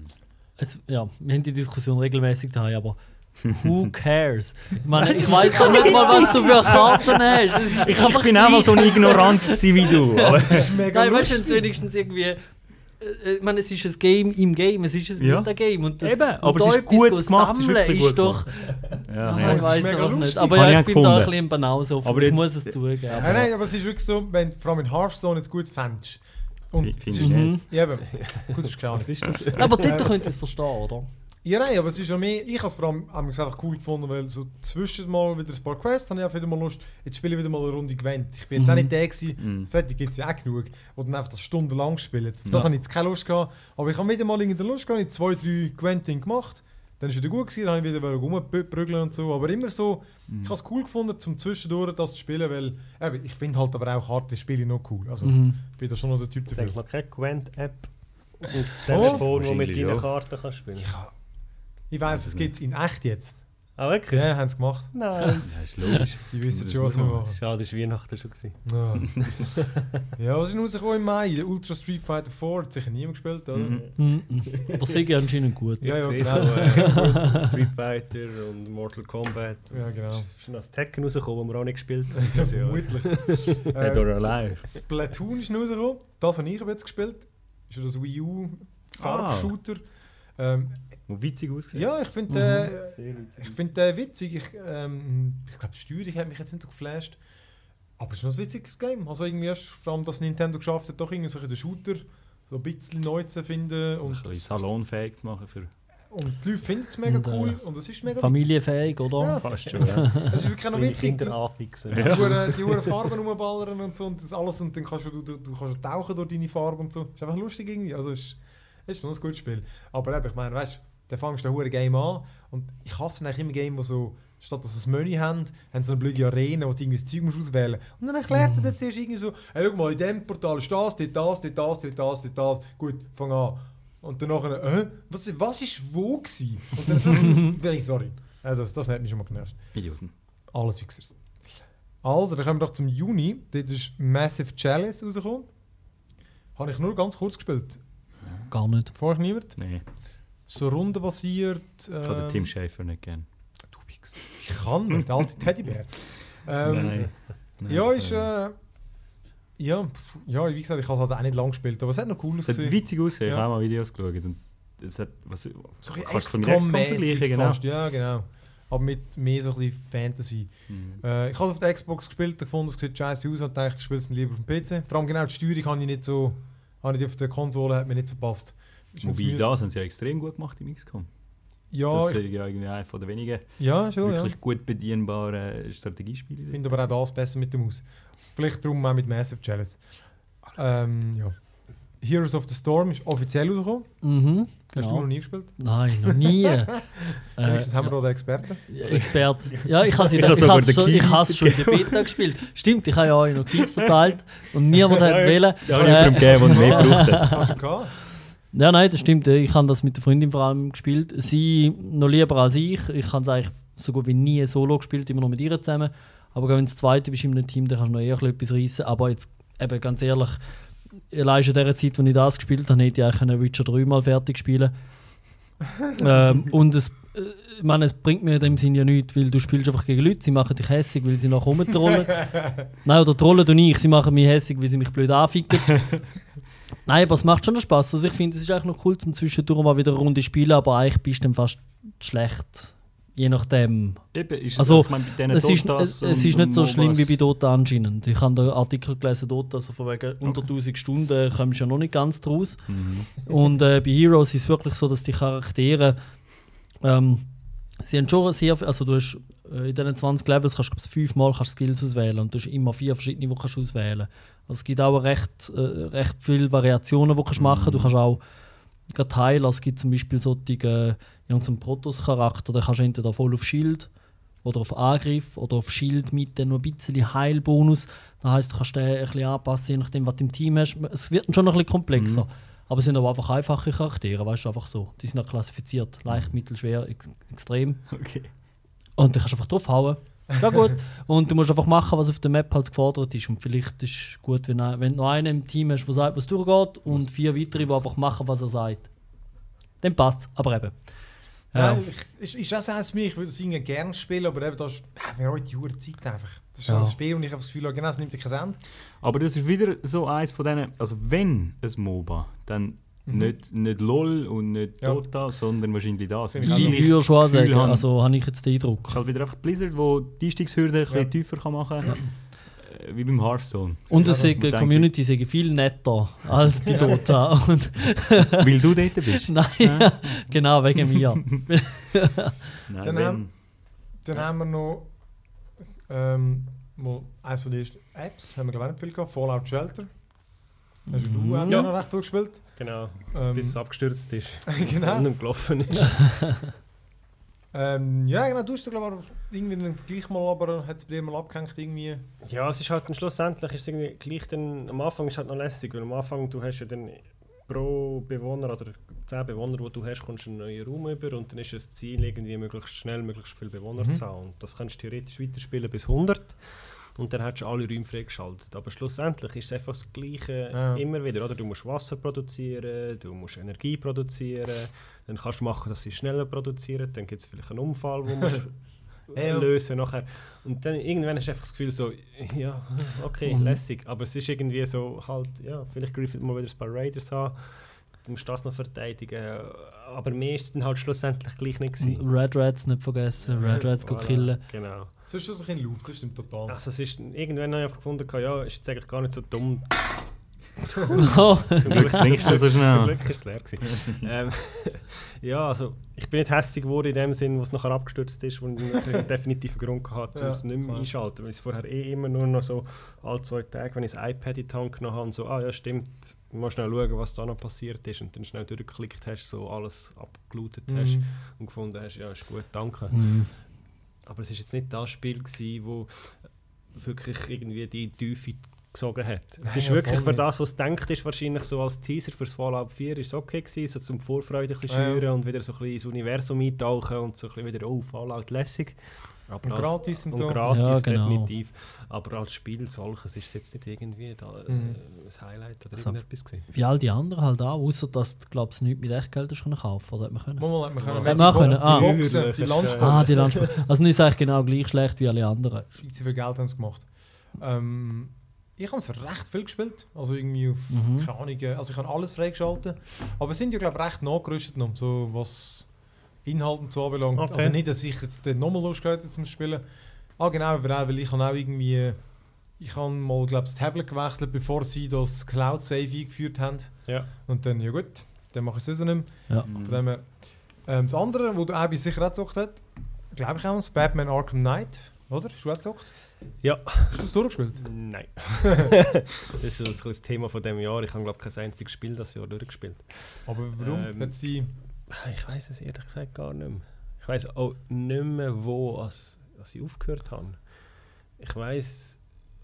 Speaker 2: Es, ja, wir haben die Diskussion regelmäßig daheim, aber who cares? Ich meine, ich weiß doch nicht mal, was du für Karten hast. Es ist
Speaker 3: Ich, ich
Speaker 2: einfach
Speaker 3: bin auch mal so
Speaker 2: gleich.
Speaker 3: ignorant gewesen wie du. Aber
Speaker 1: Das ist mega
Speaker 2: Nein, weißt du,
Speaker 1: lustig.
Speaker 2: wenigstens irgendwie. äh, Ich meine, es ist ein Game im Game, es ist ein
Speaker 3: Ja.
Speaker 2: Metagame. Und das,
Speaker 3: Eben,
Speaker 2: und
Speaker 3: aber
Speaker 2: da
Speaker 3: es ist
Speaker 2: etwas
Speaker 3: gut
Speaker 2: go
Speaker 3: gemacht, es ist
Speaker 2: sammeln
Speaker 3: wirklich gut
Speaker 2: ist doch.
Speaker 3: ja,
Speaker 2: Nein,
Speaker 3: ja.
Speaker 2: ich
Speaker 1: es ist
Speaker 2: weiß
Speaker 1: mega
Speaker 2: doch nicht.
Speaker 1: lustig.
Speaker 2: Aber
Speaker 3: Habe
Speaker 2: ja,
Speaker 3: ich
Speaker 2: ich
Speaker 3: auch
Speaker 2: bin da ein
Speaker 3: gefunden.
Speaker 2: bisschen Banause.
Speaker 3: Aber
Speaker 2: Ich
Speaker 3: jetzt-
Speaker 2: muss es zugeben.
Speaker 1: Nein,
Speaker 2: Aber,
Speaker 1: nein, aber es ist wirklich so, wenn du vor allem in Hearthstone jetzt gut fändest. Und
Speaker 3: Finde
Speaker 1: es
Speaker 3: ich
Speaker 1: ist-
Speaker 2: Mhm.
Speaker 1: Ja, eben. Gut, das ist keine Ahnung.
Speaker 4: Was ist das?
Speaker 2: aber dort könnt ihr es verstehen, oder?
Speaker 1: Ja, nein, aber es ist ja mehr... Ich habe es vor allem haben wir einfach cool gefunden, weil so zwischen mal wieder ein paar Quests habe ich auch wieder mal Lust, jetzt spiele ich wieder mal eine Runde Gwent. Ich bin jetzt
Speaker 2: Mhm.
Speaker 1: auch nicht der gewesen,
Speaker 3: Mhm.
Speaker 1: solche gibt es ja auch genug, die dann einfach das stundenlang spielen. Auf das
Speaker 3: Ja.
Speaker 1: habe ich jetzt keine Lust gehabt. Aber ich habe wieder mal in der Lust gehabt, ich habe zwei, drei Gwent-Ding gemacht. Dann ist wieder gut gewesen, dann habe ich wieder rumprügeln und so. Aber immer so,
Speaker 3: Mhm.
Speaker 1: ich habe es cool gefunden, zum Zwischendurch das zu spielen, weil eben, ich finde halt aber auch Kartenspiele noch cool. Also
Speaker 2: Mhm.
Speaker 1: ich bin da schon noch der Typ
Speaker 4: Gibt es
Speaker 1: dafür.
Speaker 4: eigentlich noch keine Gwent-App auf dem
Speaker 1: Oh.
Speaker 4: Telefon, wo mit
Speaker 3: Wahrscheinlich
Speaker 4: deinen
Speaker 3: ja.
Speaker 4: Karten kannst spielen?
Speaker 1: Ich weiss, es gibt es in echt jetzt.
Speaker 4: Ah, wirklich?
Speaker 1: Ja, haben sie gemacht.
Speaker 4: Nein.
Speaker 3: Das ist logisch.
Speaker 1: Die wissen
Speaker 3: Das
Speaker 1: schon, was wir
Speaker 3: muss man
Speaker 1: machen.
Speaker 4: Schade, das war Weihnachten schon. Gewesen.
Speaker 1: Ja, ja was ist denn rausgekommen im Mai? Der Ultra Street Fighter vier hat sicher niemand gespielt, oder?
Speaker 3: Mhm.
Speaker 2: Mhm. Aber Sigi anscheinend gut.
Speaker 1: Ja, ja,
Speaker 4: Ich
Speaker 1: genau.
Speaker 4: sehe so, äh, Street Fighter und Mortal Kombat.
Speaker 1: Ja, genau.
Speaker 4: Ist schon das Tekken rausgekommen, das wir auch nicht gespielt haben. Das Jahr.
Speaker 1: Vermutlich.
Speaker 3: Dead
Speaker 1: äh,
Speaker 3: or Alive.
Speaker 1: Splatoon ist noch rausgekommen. Das habe ich aber jetzt gespielt. Ist ja das Wii U Farbshooter. Ähm,
Speaker 3: Wo witzig aussieht.
Speaker 1: ja, ich finde
Speaker 2: Mhm.
Speaker 1: äh,
Speaker 4: Sehr witzig.
Speaker 1: ich find, äh, witzig. Ich, ähm, ich glaube, die Steuerung hat mich jetzt nicht so geflasht. Aber es ist noch ein witziges Game. Also irgendwie erst, vor allem, dass Nintendo geschafft hat, doch irgendwie so den Shooter so ein bisschen neu zu finden.
Speaker 3: Um
Speaker 1: Und,
Speaker 3: ein bisschen salonfähig zu machen für
Speaker 1: und die Leute finden es mega
Speaker 2: Und, äh,
Speaker 1: cool. Und es ist mega
Speaker 2: Familienfähig, oder?
Speaker 1: Ja.
Speaker 3: fast schon. Ja.
Speaker 1: witzig. Es ist wirklich auch noch
Speaker 4: Meine
Speaker 1: witzig.
Speaker 4: Kinder anfixen.
Speaker 1: Die Huren- die Huren Farben rumballern und so und das alles und dann kannst du, du, du kannst tauchen durch deine Farbe und so. Ist einfach lustig irgendwie. Also es ist, es ist noch ein gutes Spiel. Aber eben, ich meine, weißt du, dann fängst du ein hure Game an und ich hasse eigentlich immer Game, wo so, statt dass sie ein Menü haben, haben sie eine blöde Arena, wo du irgendwie das Zeug musst auswählen musst. Und dann erklärt er dann zuerst irgendwie so, hey, schau mal, in diesem Portal ist das, dort das, dort das, dort das, dort das. Gut, fang an. Und dann nachher, äh, was, was ist wo gewesen? Und dann so, hey, sorry. Äh, das, das hat mich schon mal genervt.
Speaker 3: Idioten.
Speaker 1: Alles Fixers. Also, dann kommen wir doch zum Juni. Dort ist Massive Chalice rausgekommen. Habe ich nur ganz kurz gespielt.
Speaker 2: Gar nicht.
Speaker 1: Vorher niemand.
Speaker 3: Nee,
Speaker 1: So rundenbasiert.
Speaker 3: ich habe den
Speaker 1: ähm,
Speaker 3: Tim Schäfer nicht gern.
Speaker 1: Du Fixer. Ich kann nicht, der alte Teddybär. Ähm,
Speaker 3: Nein. Nein,
Speaker 1: ja,
Speaker 3: das,
Speaker 1: ist. Äh, ja, pf, ja, wie gesagt, ich habe es halt auch nicht lang gespielt, aber es hat noch cool
Speaker 3: Es hat
Speaker 1: ausgesehen.
Speaker 3: witzig ausgesehen, ich
Speaker 1: Ja.
Speaker 3: habe auch mal Videos geschaut. Und es hat, was,
Speaker 1: So ein
Speaker 3: kannst du
Speaker 1: bisschen
Speaker 3: mit X COM
Speaker 1: XCOM-mäßig
Speaker 3: vergleichen, genau.
Speaker 1: fast. Ja, genau. Aber mit mehr so ein bisschen Fantasy.
Speaker 3: Mhm.
Speaker 1: Äh, ich habe es auf der Xbox gespielt, gefunden, es sieht scheiße aus und dachte, ich spiele es lieber auf dem P C. Vor allem genau die Steuerung habe ich nicht so, habe ich auf der Konsole hat mir nicht so gepasst.
Speaker 3: Wobei das haben sie ja extrem gut gemacht im X COM.
Speaker 1: Ja,
Speaker 3: das
Speaker 1: ich,
Speaker 3: ist ja irgendwie einer von den wenigen
Speaker 1: ja, schon,
Speaker 3: wirklich
Speaker 1: ja.
Speaker 3: gut bedienbaren Strategiespiele.
Speaker 1: Ich finde aber auch das besser mit der Maus. Vielleicht darum auch mit Massive Challenge. Ähm, ja. Heroes of the Storm ist offiziell rausgekommen.
Speaker 2: Mhm,
Speaker 1: Hast
Speaker 2: genau.
Speaker 1: du noch nie gespielt?
Speaker 2: Nein, noch nie. äh,
Speaker 1: Wenigstens haben wir
Speaker 2: ja.
Speaker 1: noch den Experten.
Speaker 2: Experte. Ja, ich habe
Speaker 3: Ich
Speaker 2: ich
Speaker 3: habe
Speaker 2: ich
Speaker 3: sogar
Speaker 2: has
Speaker 3: den
Speaker 2: schon,
Speaker 3: Key
Speaker 2: ich has schon in der Beta gespielt. Stimmt, ich habe ja euch noch Keys verteilt und niemand hat wählen.
Speaker 3: Ja, ich habe gegeben, den mehr gebraucht hat.
Speaker 1: Hast du gehabt?
Speaker 2: Ja, nein, das stimmt. Ich habe das mit der Freundin vor allem gespielt. Sie noch lieber als ich. Ich habe es eigentlich so gut wie nie solo gespielt, immer noch mit ihr zusammen. Aber wenn du das zweite bist in einem Team, dann kannst du noch eher etwas reissen. Aber jetzt eben ganz ehrlich, allein in der Zeit, als ich das gespielt habe, hätte ich eigentlich einen Witcher drei mal fertig spielen. ähm, und es, äh, ich meine, es bringt mir in dem Sinne ja nichts, weil du spielst einfach gegen Leute, sie machen dich hässig, weil sie nachher rumtrollen. Nein, oder trollen du nicht, sie machen mich hässig, weil sie mich blöd anficken. Nein, aber es macht schon Spaß. Also ich finde, es ist eigentlich noch cool, zum zwischendurch mal wieder eine Runde spielen, aber eigentlich bist du dann fast schlecht. Je nachdem.
Speaker 3: Eben, ist es,
Speaker 2: Also,
Speaker 3: ich meine, bei diesen
Speaker 2: Es ist,
Speaker 3: Dotas
Speaker 2: es, es
Speaker 3: und-
Speaker 2: ist nicht
Speaker 3: und
Speaker 2: so schlimm
Speaker 3: MOBAs.
Speaker 2: wie bei Dota anscheinend. Ich habe den Artikel gelesen, Dota, also von wegen unter tausend Stunden kommst du ja noch nicht ganz draus.
Speaker 3: Mhm.
Speaker 2: Und äh, bei Heroes ist es wirklich so, dass die Charaktere, ähm, sie haben schon sehr viel, also du hast äh, in diesen zwanzig Levels kannst du fünfmal kannst Skills auswählen und du hast immer vier verschiedene, die kannst du auswählen. Also es gibt auch recht, äh, recht viele Variationen, die du kannst machen. Du kannst auch gerade heilen. Es gibt zum Beispiel solche, äh, irgendeinen Protoss-Charakter, da kannst du entweder voll auf Schild oder auf Angriff oder auf Schild mit dann noch ein bisschen Heilbonus. Das heisst, du kannst den ein bisschen anpassen, je nachdem, was du im Team hast. Es wird schon noch ein bisschen komplexer.
Speaker 3: Mhm.
Speaker 2: Aber es sind aber einfach einfache Charaktere, weißt du, einfach so. Die sind auch klassifiziert. Leicht, mittel, schwer, ex extrem.
Speaker 3: Okay.
Speaker 2: Und dann kannst du einfach draufhauen. Ja gut. Und du musst einfach machen, was auf der Map halt gefordert ist. Und vielleicht ist es gut, wenn, wenn du noch einen im Team hast, der sagt, was durchgeht, und vier weitere, die einfach machen, was er sagt. Dann passt es. Aber eben. Ja.
Speaker 1: Nein, ich, ist, ist das eins für mich, ich würde Singen gerne spielen, aber eben, das ist äh, mir heute die Hure Zeit einfach. Das ist
Speaker 2: Ja.
Speaker 1: ein Spiel und ich habe das Gefühl, genau, es nimmt dir kein Ende.
Speaker 3: Aber das ist wieder so eins von denen, also wenn ein MOBA, dann
Speaker 1: Mhm.
Speaker 3: nicht, nicht LOL und nicht
Speaker 1: Ja.
Speaker 3: Dota, sondern wahrscheinlich das.
Speaker 1: Finde
Speaker 3: Weil
Speaker 1: ich auch
Speaker 2: Ich würde schon
Speaker 3: das Gefühl
Speaker 2: sagen,
Speaker 3: habe,
Speaker 2: also habe ich jetzt den Eindruck.
Speaker 3: es ist halt wieder einfach Blizzard, wo die Einstiegshürde ein bisschen
Speaker 1: Ja.
Speaker 3: tiefer kann machen kann, äh, wie beim Hearthstone.
Speaker 2: Und es
Speaker 1: Ja,
Speaker 2: ist die
Speaker 3: denke
Speaker 2: Community sei viel netter als bei Dota. Und
Speaker 3: Weil du dort bist.
Speaker 2: nein,
Speaker 3: Ja.
Speaker 2: genau, wegen mir.
Speaker 3: Nein,
Speaker 1: Dann
Speaker 3: wenn,
Speaker 1: haben- Dann haben wir noch ähm, mal eines von den ersten Apps, haben wir glaube ich nicht viel gehabt, Fallout Shelter. Hast du
Speaker 2: Mhm.
Speaker 1: auch
Speaker 4: Ja.
Speaker 1: noch recht viel gespielt?
Speaker 4: Genau,
Speaker 1: Ähm,
Speaker 4: bis es abgestürzt ist
Speaker 1: genau.
Speaker 4: und nicht gelaufen ist.
Speaker 1: Ähm, ja, genau, du hast glaube ich irgendwie den Vergleich mal, aber hat es bei dir mal abgehängt irgendwie.
Speaker 4: Ja, es ist halt dann schlussendlich ist es irgendwie gleich dann, am Anfang ist es halt noch lässig, weil am Anfang du hast ja dann pro Bewohner oder zehn Bewohner, die du hast, kommst du einen neuen Raum über und dann ist das Ziel irgendwie möglichst schnell, möglichst viele Bewohner
Speaker 1: Mhm.
Speaker 4: zu haben. Und das kannst du theoretisch weiterspielen bis hundert und dann hast du alle Räume freigeschaltet. Aber schlussendlich ist es einfach das Gleiche
Speaker 1: Ja.
Speaker 4: immer wieder, oder? Du musst Wasser produzieren, du musst Energie produzieren, dann kannst du machen, dass sie schneller produzieren, dann gibt es vielleicht einen Unfall, wo du musst
Speaker 1: Ja.
Speaker 4: lösen nachher. Und dann irgendwann hast du einfach das Gefühl so, ja, okay,
Speaker 2: Mhm.
Speaker 4: lässig. Aber es ist irgendwie so halt, ja, vielleicht greifen mal wieder ein paar Raiders an, du musst das noch verteidigen. Aber mehr ist es dann halt schlussendlich gleich nicht gewesen.
Speaker 2: Und Red Rats nicht vergessen, Red Rats go
Speaker 4: Voilà,
Speaker 2: killen.
Speaker 4: Genau.
Speaker 1: Das ist schon so ein Loop, das stimmt total.
Speaker 4: Also es ist, irgendwann habe ich einfach gefunden, ja, ist jetzt eigentlich gar nicht so dumm.
Speaker 2: Oh.
Speaker 4: Zum Glück,
Speaker 3: trinkst du so schnell.
Speaker 4: Zum Glück war es leer gewesen. ähm, ja, also ich bin nicht hässlich geworden in dem Sinn, wo es nachher abgestürzt ist, wo ich einen definitiven Grund hatte, um
Speaker 1: Ja,
Speaker 4: es nicht mehr
Speaker 1: klar.
Speaker 4: einschalten. Weil ich es vorher eh immer nur noch so alle zwei Tage, wenn ich das iPad in die Hand genommen habe, und so, ah ja stimmt, du musst schnell schauen, was da noch passiert ist und dann schnell durchgeklickt hast, so alles abgelootet hast
Speaker 1: Mhm.
Speaker 4: und gefunden hast, ja ist gut, danke.
Speaker 2: Mhm.
Speaker 4: Aber es war jetzt nicht das Spiel, gewesen, wo wirklich irgendwie die Tiefe gesogen hat. Es
Speaker 1: Nein,
Speaker 4: ist
Speaker 1: ja,
Speaker 4: wirklich
Speaker 1: voll
Speaker 4: für
Speaker 1: nicht.
Speaker 4: das, was denkt ist, wahrscheinlich so als Teaser für das Fallout vier ist es okay gewesen, so zum Vorfreude ein bisschen
Speaker 1: Ja.
Speaker 4: schüren und wieder so ein bisschen ins Universum eintauchen und so ein bisschen wieder, oh, Fallout lässig. Aber
Speaker 1: Und
Speaker 4: als-
Speaker 1: gratis und
Speaker 4: und
Speaker 1: so.
Speaker 4: gratis,
Speaker 2: Ja, genau.
Speaker 4: definitiv. Aber als Spiel solches ist es jetzt nicht irgendwie da, äh,
Speaker 1: Mhm.
Speaker 4: ein Highlight oder
Speaker 2: Also,
Speaker 4: irgendetwas gewesen.
Speaker 2: Wie all die anderen halt auch, außer dass du glaubst, nichts mit Echtgeld hast können kaufen, oder hat man können?
Speaker 1: Mal, man kann
Speaker 4: Ja.
Speaker 1: die
Speaker 2: Hat man
Speaker 1: Bo-
Speaker 2: können,
Speaker 1: die
Speaker 2: ah.
Speaker 1: Boxen, die Landsport.
Speaker 2: Ah, die Landsport. Also nicht eigentlich genau gleich schlecht wie alle anderen.
Speaker 1: Scheisse viel Geld haben sie gemacht. Ähm, ich habe es recht viel gespielt. Also irgendwie auf,
Speaker 2: Mhm.
Speaker 1: keine Ahnung, äh, also ich habe alles freigeschaltet. Aber es sind ja glaube ich recht nachgerüstet noch, so was Inhalt und so anbelangt.
Speaker 4: Okay.
Speaker 1: Also nicht, dass ich jetzt dann nochmal Lust gehabt habe zum Spielen. Ah genau, aber auch, weil ich habe auch irgendwie, ich habe mal glaube das Tablet gewechselt, bevor sie das Cloud Save eingeführt haben.
Speaker 4: Ja.
Speaker 1: Und dann, ja gut, Dann mache ich es nicht mehr.
Speaker 2: Ja.
Speaker 1: Von dem her. Ähm, das andere, wo der Abi sicher auch gezockt hat, glaube ich auch, das Batman Arkham Knight, oder? Hast du auch gezockt?
Speaker 4: Ja.
Speaker 1: Hast du das durchgespielt?
Speaker 4: Nein. Das ist so ein bisschen das Thema von diesem Jahr. Ich habe glaube kein einziges Spiel das Jahr durchgespielt.
Speaker 1: Aber warum?
Speaker 4: Ähm,
Speaker 1: Hat sie...
Speaker 4: Ich weiß es ehrlich gesagt gar nicht mehr. Ich weiß auch nicht mehr, wo als, als ich aufgehört habe. Ich weiß...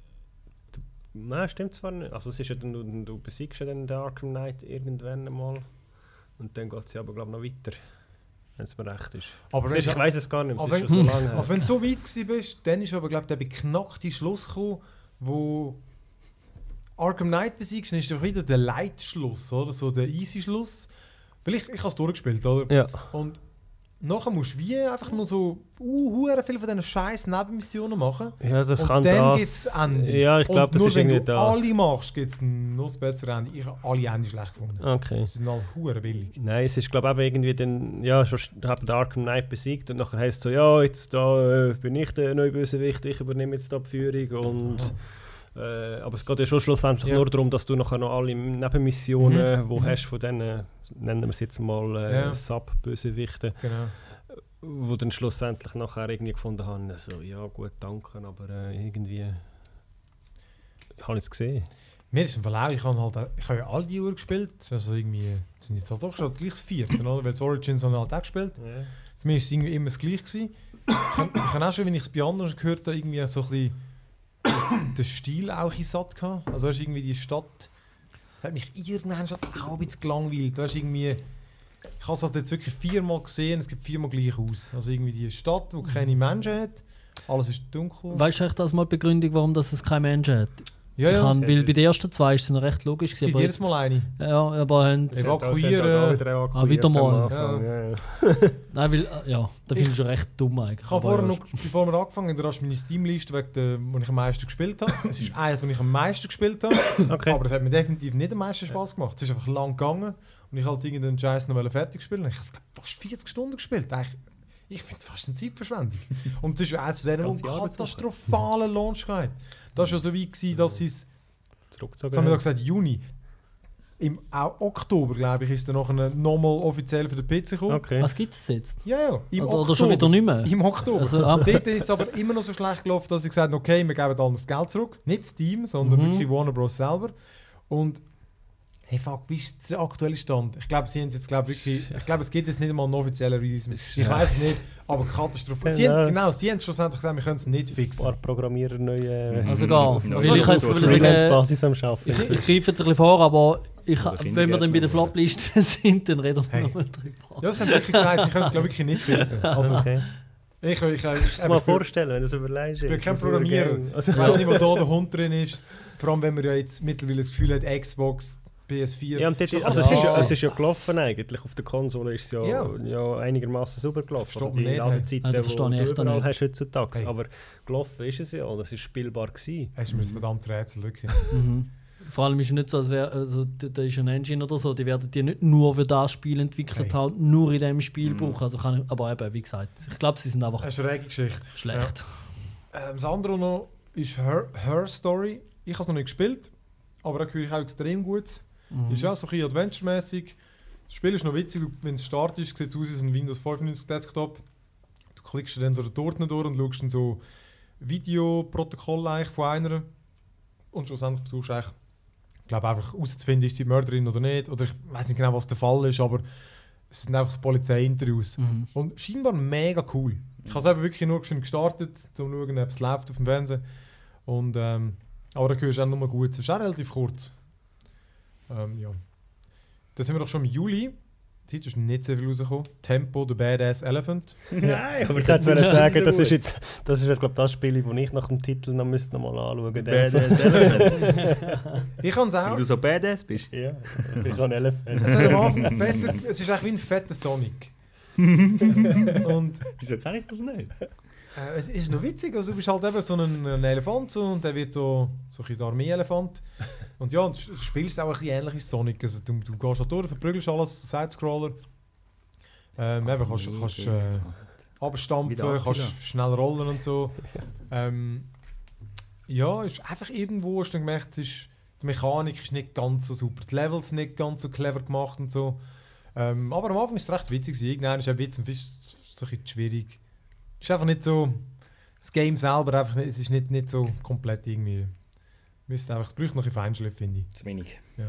Speaker 4: Nein, stimmt zwar nicht. Also es ist ja dann, du, du besiegst ja dann den Arkham Knight irgendwann einmal. Und dann geht es ja aber glaube ich noch weiter. Wenn es mir recht ist.
Speaker 1: Aber
Speaker 4: Siehst, ich weiß es gar nicht mehr,
Speaker 1: aber
Speaker 4: es ist schon so lange her.
Speaker 1: Also wenn du so weit gewesen bist, dann ist aber glaube ich der beknackte Schluss gekommen, wo Arkham Knight besiegst, dann ist doch wieder der Light-Schluss, oder? So der Easy-Schluss. Weil ich, ich habe es durchgespielt, oder?
Speaker 4: Ja.
Speaker 1: Und nachher musst du wie einfach nur so uh, viel von diesen scheiß Nebenmissionen machen.
Speaker 4: Ja, das
Speaker 1: und
Speaker 4: kann
Speaker 1: dann
Speaker 4: das...
Speaker 1: gibt es Ende.
Speaker 4: Ja, ich glaube, das
Speaker 1: nur
Speaker 4: ist
Speaker 1: wenn
Speaker 4: irgendwie
Speaker 1: du
Speaker 4: das.
Speaker 1: alle machst, gibt es noch das bessere Ende. Ich habe alle Ende schlecht gefunden.
Speaker 4: Okay.
Speaker 1: Sie sind alle hure billig.
Speaker 4: Nein, es ist glaube ich irgendwie dann, ja, schon haben den Arkham Knight besiegt und nachher heisst es so, ja, jetzt da äh, bin ich der neue Bösewicht, ich übernehme jetzt da die Führung und äh, aber es geht ja schon schlussendlich
Speaker 1: Ja.
Speaker 4: nur darum, dass du nachher noch alle Nebenmissionen,
Speaker 1: Mhm.
Speaker 4: wo
Speaker 1: Mhm.
Speaker 4: hast von denen, nennen wir es jetzt mal äh,
Speaker 1: Ja.
Speaker 4: Sub-Bösewichten,
Speaker 1: Genau.
Speaker 4: wo dann schlussendlich nachher irgendwie gefunden haben, so, ja gut, danke, aber äh, irgendwie habe ich es gesehen.
Speaker 1: Mir ist im Fall auch, ich habe halt, ich habe ja alle die Uhr gespielt, also irgendwie, das sind jetzt halt doch schon gleich das vierte, oder? Weil das Origins haben halt auch gespielt.
Speaker 4: Ja.
Speaker 1: Für mich war es irgendwie immer das Gleiche gewesen. Ich habe ich habe auch schon, wenn ich es bei anderen gehört habe, irgendwie so ein bisschen den Stil auch ein satt gehabt. Also weißt, irgendwie die Stadt hat mich irgendwann schon auch ein bisschen gelangweilt. Weißt, irgendwie, ich habe es halt jetzt wirklich viermal gesehen, es gibt viermal gleich aus. Also irgendwie die Stadt, die keine Menschen hat, alles ist dunkel.
Speaker 2: Weißt du echt das mal die Begründung, warum das es kein Mensch hat?
Speaker 1: Ja,
Speaker 2: Ich
Speaker 1: ja,
Speaker 2: kann,
Speaker 1: es
Speaker 2: weil bei den ersten zwei ist es noch recht logisch.
Speaker 1: gibt
Speaker 2: gewesen, aber
Speaker 1: jedes Mal eine.
Speaker 2: jetzt- Ja, aber haben,
Speaker 1: Ja. Evakuieren.
Speaker 2: Ah, wieder mal.
Speaker 4: Ja.
Speaker 1: Ja.
Speaker 4: Ja.
Speaker 2: nein, weil, äh, ja, da finde ich schon recht dumm eigentlich.
Speaker 1: Ich habe
Speaker 2: Aber
Speaker 1: vorher
Speaker 2: ja,
Speaker 1: noch, bevor wir angefangen haben, da hast du meine Steam-Liste, wegen der, wo ich am meisten gespielt habe. Es ist einer, den ich am meisten gespielt habe.
Speaker 4: Okay.
Speaker 1: Aber es hat mir definitiv nicht am meisten Spaß gemacht. Es ist einfach lang gegangen und ich halt irgendeinen Scheiß noch fertig spielen. Ich habe fast vierzig Stunden gespielt. Eigentlich, ich finde es fast eine Zeitverschwendung. Und es ist ja eins von denen, die
Speaker 4: Ganze
Speaker 1: einen katastrophalen Launch gehabt. Das war schon so weit, gewesen, dass sie es,
Speaker 4: Zurückgezogen
Speaker 1: was haben wir da
Speaker 4: haben.
Speaker 1: gesagt, Juni. Im auch Oktober, glaube ich, ist dann nachher nochmal offiziell für den P C gekommen.
Speaker 4: Okay.
Speaker 2: was gibt es jetzt?
Speaker 1: Ja, ja. Im
Speaker 2: Oder, oder schon wieder nicht mehr?
Speaker 1: Im Oktober.
Speaker 2: Also, ah,
Speaker 1: Dort ist es aber immer noch so schlecht gelaufen, dass ich gesagt habe, okay, wir geben allen das Geld zurück. Nicht Steam, sondern
Speaker 2: Mhm.
Speaker 1: wirklich Warner Bros. Selber. Und hey fuck, wie ist der aktuelle Stand? Ich glaube, sie haben jetzt glaub, wirklich, ich glaube, es gibt jetzt nicht einmal einen offiziellen Release mehr. Ich weiß es nicht, aber katastrophal. Sie haben, genau, sie haben schlussendlich gesagt, wir können es nicht
Speaker 4: Ein
Speaker 1: fixen.
Speaker 4: paar Programmierer neue
Speaker 2: also gar.
Speaker 3: Ja,
Speaker 2: Weil ich
Speaker 3: so
Speaker 2: jetzt
Speaker 3: auf
Speaker 2: will sagen,
Speaker 4: Freelance-Basis am Arbeiten.
Speaker 2: ich, ich greife jetzt ein bisschen vor, aber ich,
Speaker 3: Oder
Speaker 2: wenn wir dann bei der
Speaker 3: Kindergärtner.
Speaker 2: Flopliste sind, dann reden wir
Speaker 1: Hey.
Speaker 2: nochmal drüber.
Speaker 1: Ja, sie haben wirklich gesagt, sie können es glaube ich wirklich nicht fixen. Also,
Speaker 4: Okay.
Speaker 1: ich, ich, ich,
Speaker 4: Kannst du dir
Speaker 1: ich,
Speaker 4: mal
Speaker 1: ich,
Speaker 4: vorstellen, wenn du es überlegst.
Speaker 1: ich bin kein
Speaker 4: so ein
Speaker 1: Programmierer.
Speaker 4: Game. Also,
Speaker 1: Ich weiß nicht, wo da der Hund drin ist. Vor allem, wenn man ja jetzt mittlerweile das Gefühl hat, Xbox, P S vier.
Speaker 4: ja, und dort,
Speaker 1: Schon
Speaker 4: also
Speaker 1: alles
Speaker 4: es, ist, ja-
Speaker 1: P C.
Speaker 4: es ist ja gelaufen eigentlich. Auf der Konsole ist es ja,
Speaker 1: Ja.
Speaker 4: ja. einigermaßen super gelaufen.
Speaker 1: Versteht
Speaker 4: Also
Speaker 1: man
Speaker 4: die
Speaker 1: nicht,
Speaker 4: Ladezeiten,
Speaker 2: hey. Ja, das
Speaker 4: die
Speaker 2: verstehe ich
Speaker 4: du
Speaker 2: echt auch
Speaker 4: überall
Speaker 2: nicht.
Speaker 4: hast heutzutage.
Speaker 1: Hey.
Speaker 4: Aber gelaufen ist es ja und es ist spielbar gewesen.
Speaker 1: Hast du mir das verdammte Rätsel, wirklich.
Speaker 2: Mhm. Vor allem ist es nicht so, als wäre, also da da ist ein Engine oder so, die werden die nicht nur für das Spiel entwickelt
Speaker 1: Hey.
Speaker 2: haben, nur in diesem Spiel
Speaker 3: Mhm.
Speaker 2: brauchen. Also kann ich, aber eben, wie gesagt, ich glaube, sie sind einfach
Speaker 1: Eine schräge Geschichte.
Speaker 2: schlecht.
Speaker 1: Ähm, das andere noch ist Her, Her Story. Ich habe es noch nicht gespielt, aber da höre ich auch extrem gut.
Speaker 2: Mhm.
Speaker 1: Ist auch so ein bisschen adventure-mäßig. Das Spiel ist noch witzig, wenn es startet, sieht es aus wie ein Windows fünfundneunzig Desktop. Du klickst dann so dort durch und schaust dann so Videoprotokoll eigentlich von einer und schlussendlich versuchst du eigentlich, ich glaube einfach herauszufinden, ist die Mörderin oder nicht. Oder ich weiß nicht genau, was der Fall ist, aber es sind einfach so Polizei-Interviews.
Speaker 2: Mhm.
Speaker 1: Und scheinbar mega cool. Ich habe es eben wirklich nur schon gestartet, um zu schauen, ob es läuft auf dem Fernsehen. Und, ähm, aber da hörst du auch nur gut. Es ist auch relativ kurz. Ähm, ja. Dann sind wir doch schon im Juli. Heute ist nicht sehr viel rausgekommen. Tempo, The Badass Elephant.
Speaker 4: Nein, aber ich hätte wollen sagen, das ist jetzt, das ist glaube das Spiel, das ich nach dem Titel noch müsste noch mal anschauen müsste.
Speaker 3: Badass Elephant.
Speaker 1: Ich kann es
Speaker 3: Weil
Speaker 1: auch.
Speaker 3: du so badass bist.
Speaker 4: Ja, ich habe einen Elephant.
Speaker 1: Es, hat am Anfang besser, es ist eigentlich wie ein fetter Sonic. Und
Speaker 3: Wieso kann ich das nicht?
Speaker 1: Äh, es ist noch witzig, also du bist halt eben so ein, ein Elefant so, und der wird so, so ein bisschen Armee-Elefant. Und ja, und du spielst auch ein bisschen ähnlich wie Sonic. Also du, du gehst halt durch, verprügelst alles, Sidescroller. Ähm, eben, kannst, kannst äh, abstampfen,
Speaker 3: Wieder Akira.
Speaker 1: kannst schnell rollen und so. Ähm, ja, ist einfach irgendwo, hast du dann gemerkt, es ist, die Mechanik ist nicht ganz so super, die Levels sind nicht ganz so clever gemacht und so. Ähm, aber am Anfang ist es recht witzig. Irgendwann ist ein Witz ein bisschen so ein bisschen schwierig. Es ist einfach nicht so... Das Game selber einfach nicht, es ist nicht, nicht so komplett irgendwie... Müsste einfach, es braucht noch ein Feinschliff, finde ich.
Speaker 3: Zu wenig.
Speaker 1: Ja.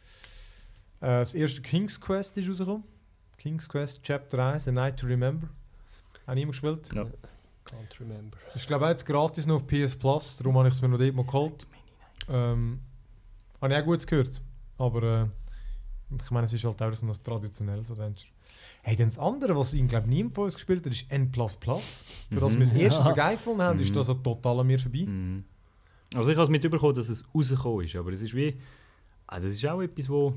Speaker 1: Äh, das erste King's Quest ist rausgekommen. King's Quest Chapter eins, The Night to Remember. Habe ich immer gespielt.
Speaker 3: Ja.
Speaker 4: Can't remember.
Speaker 1: Ich glaube jetzt gratis noch auf P S Plus, darum habe ich es mir noch dort mal geholt. Ähm, habe ich auch gut gehört. Aber äh, ich meine, es ist halt auch so ein traditionelles Adventure. Hey, dann das andere, was ich glaube niemand von uns gespielt hat, ist N plus plus. Für das
Speaker 3: Mhm.
Speaker 1: wir das erste
Speaker 2: Ja.
Speaker 1: so geil gefunden haben, ist
Speaker 3: Mhm.
Speaker 1: das so total an mir vorbei.
Speaker 3: Mhm. Also ich habe es mitbekommen, dass es rausgekommen ist, aber es ist wie... Also es ist auch etwas, wo...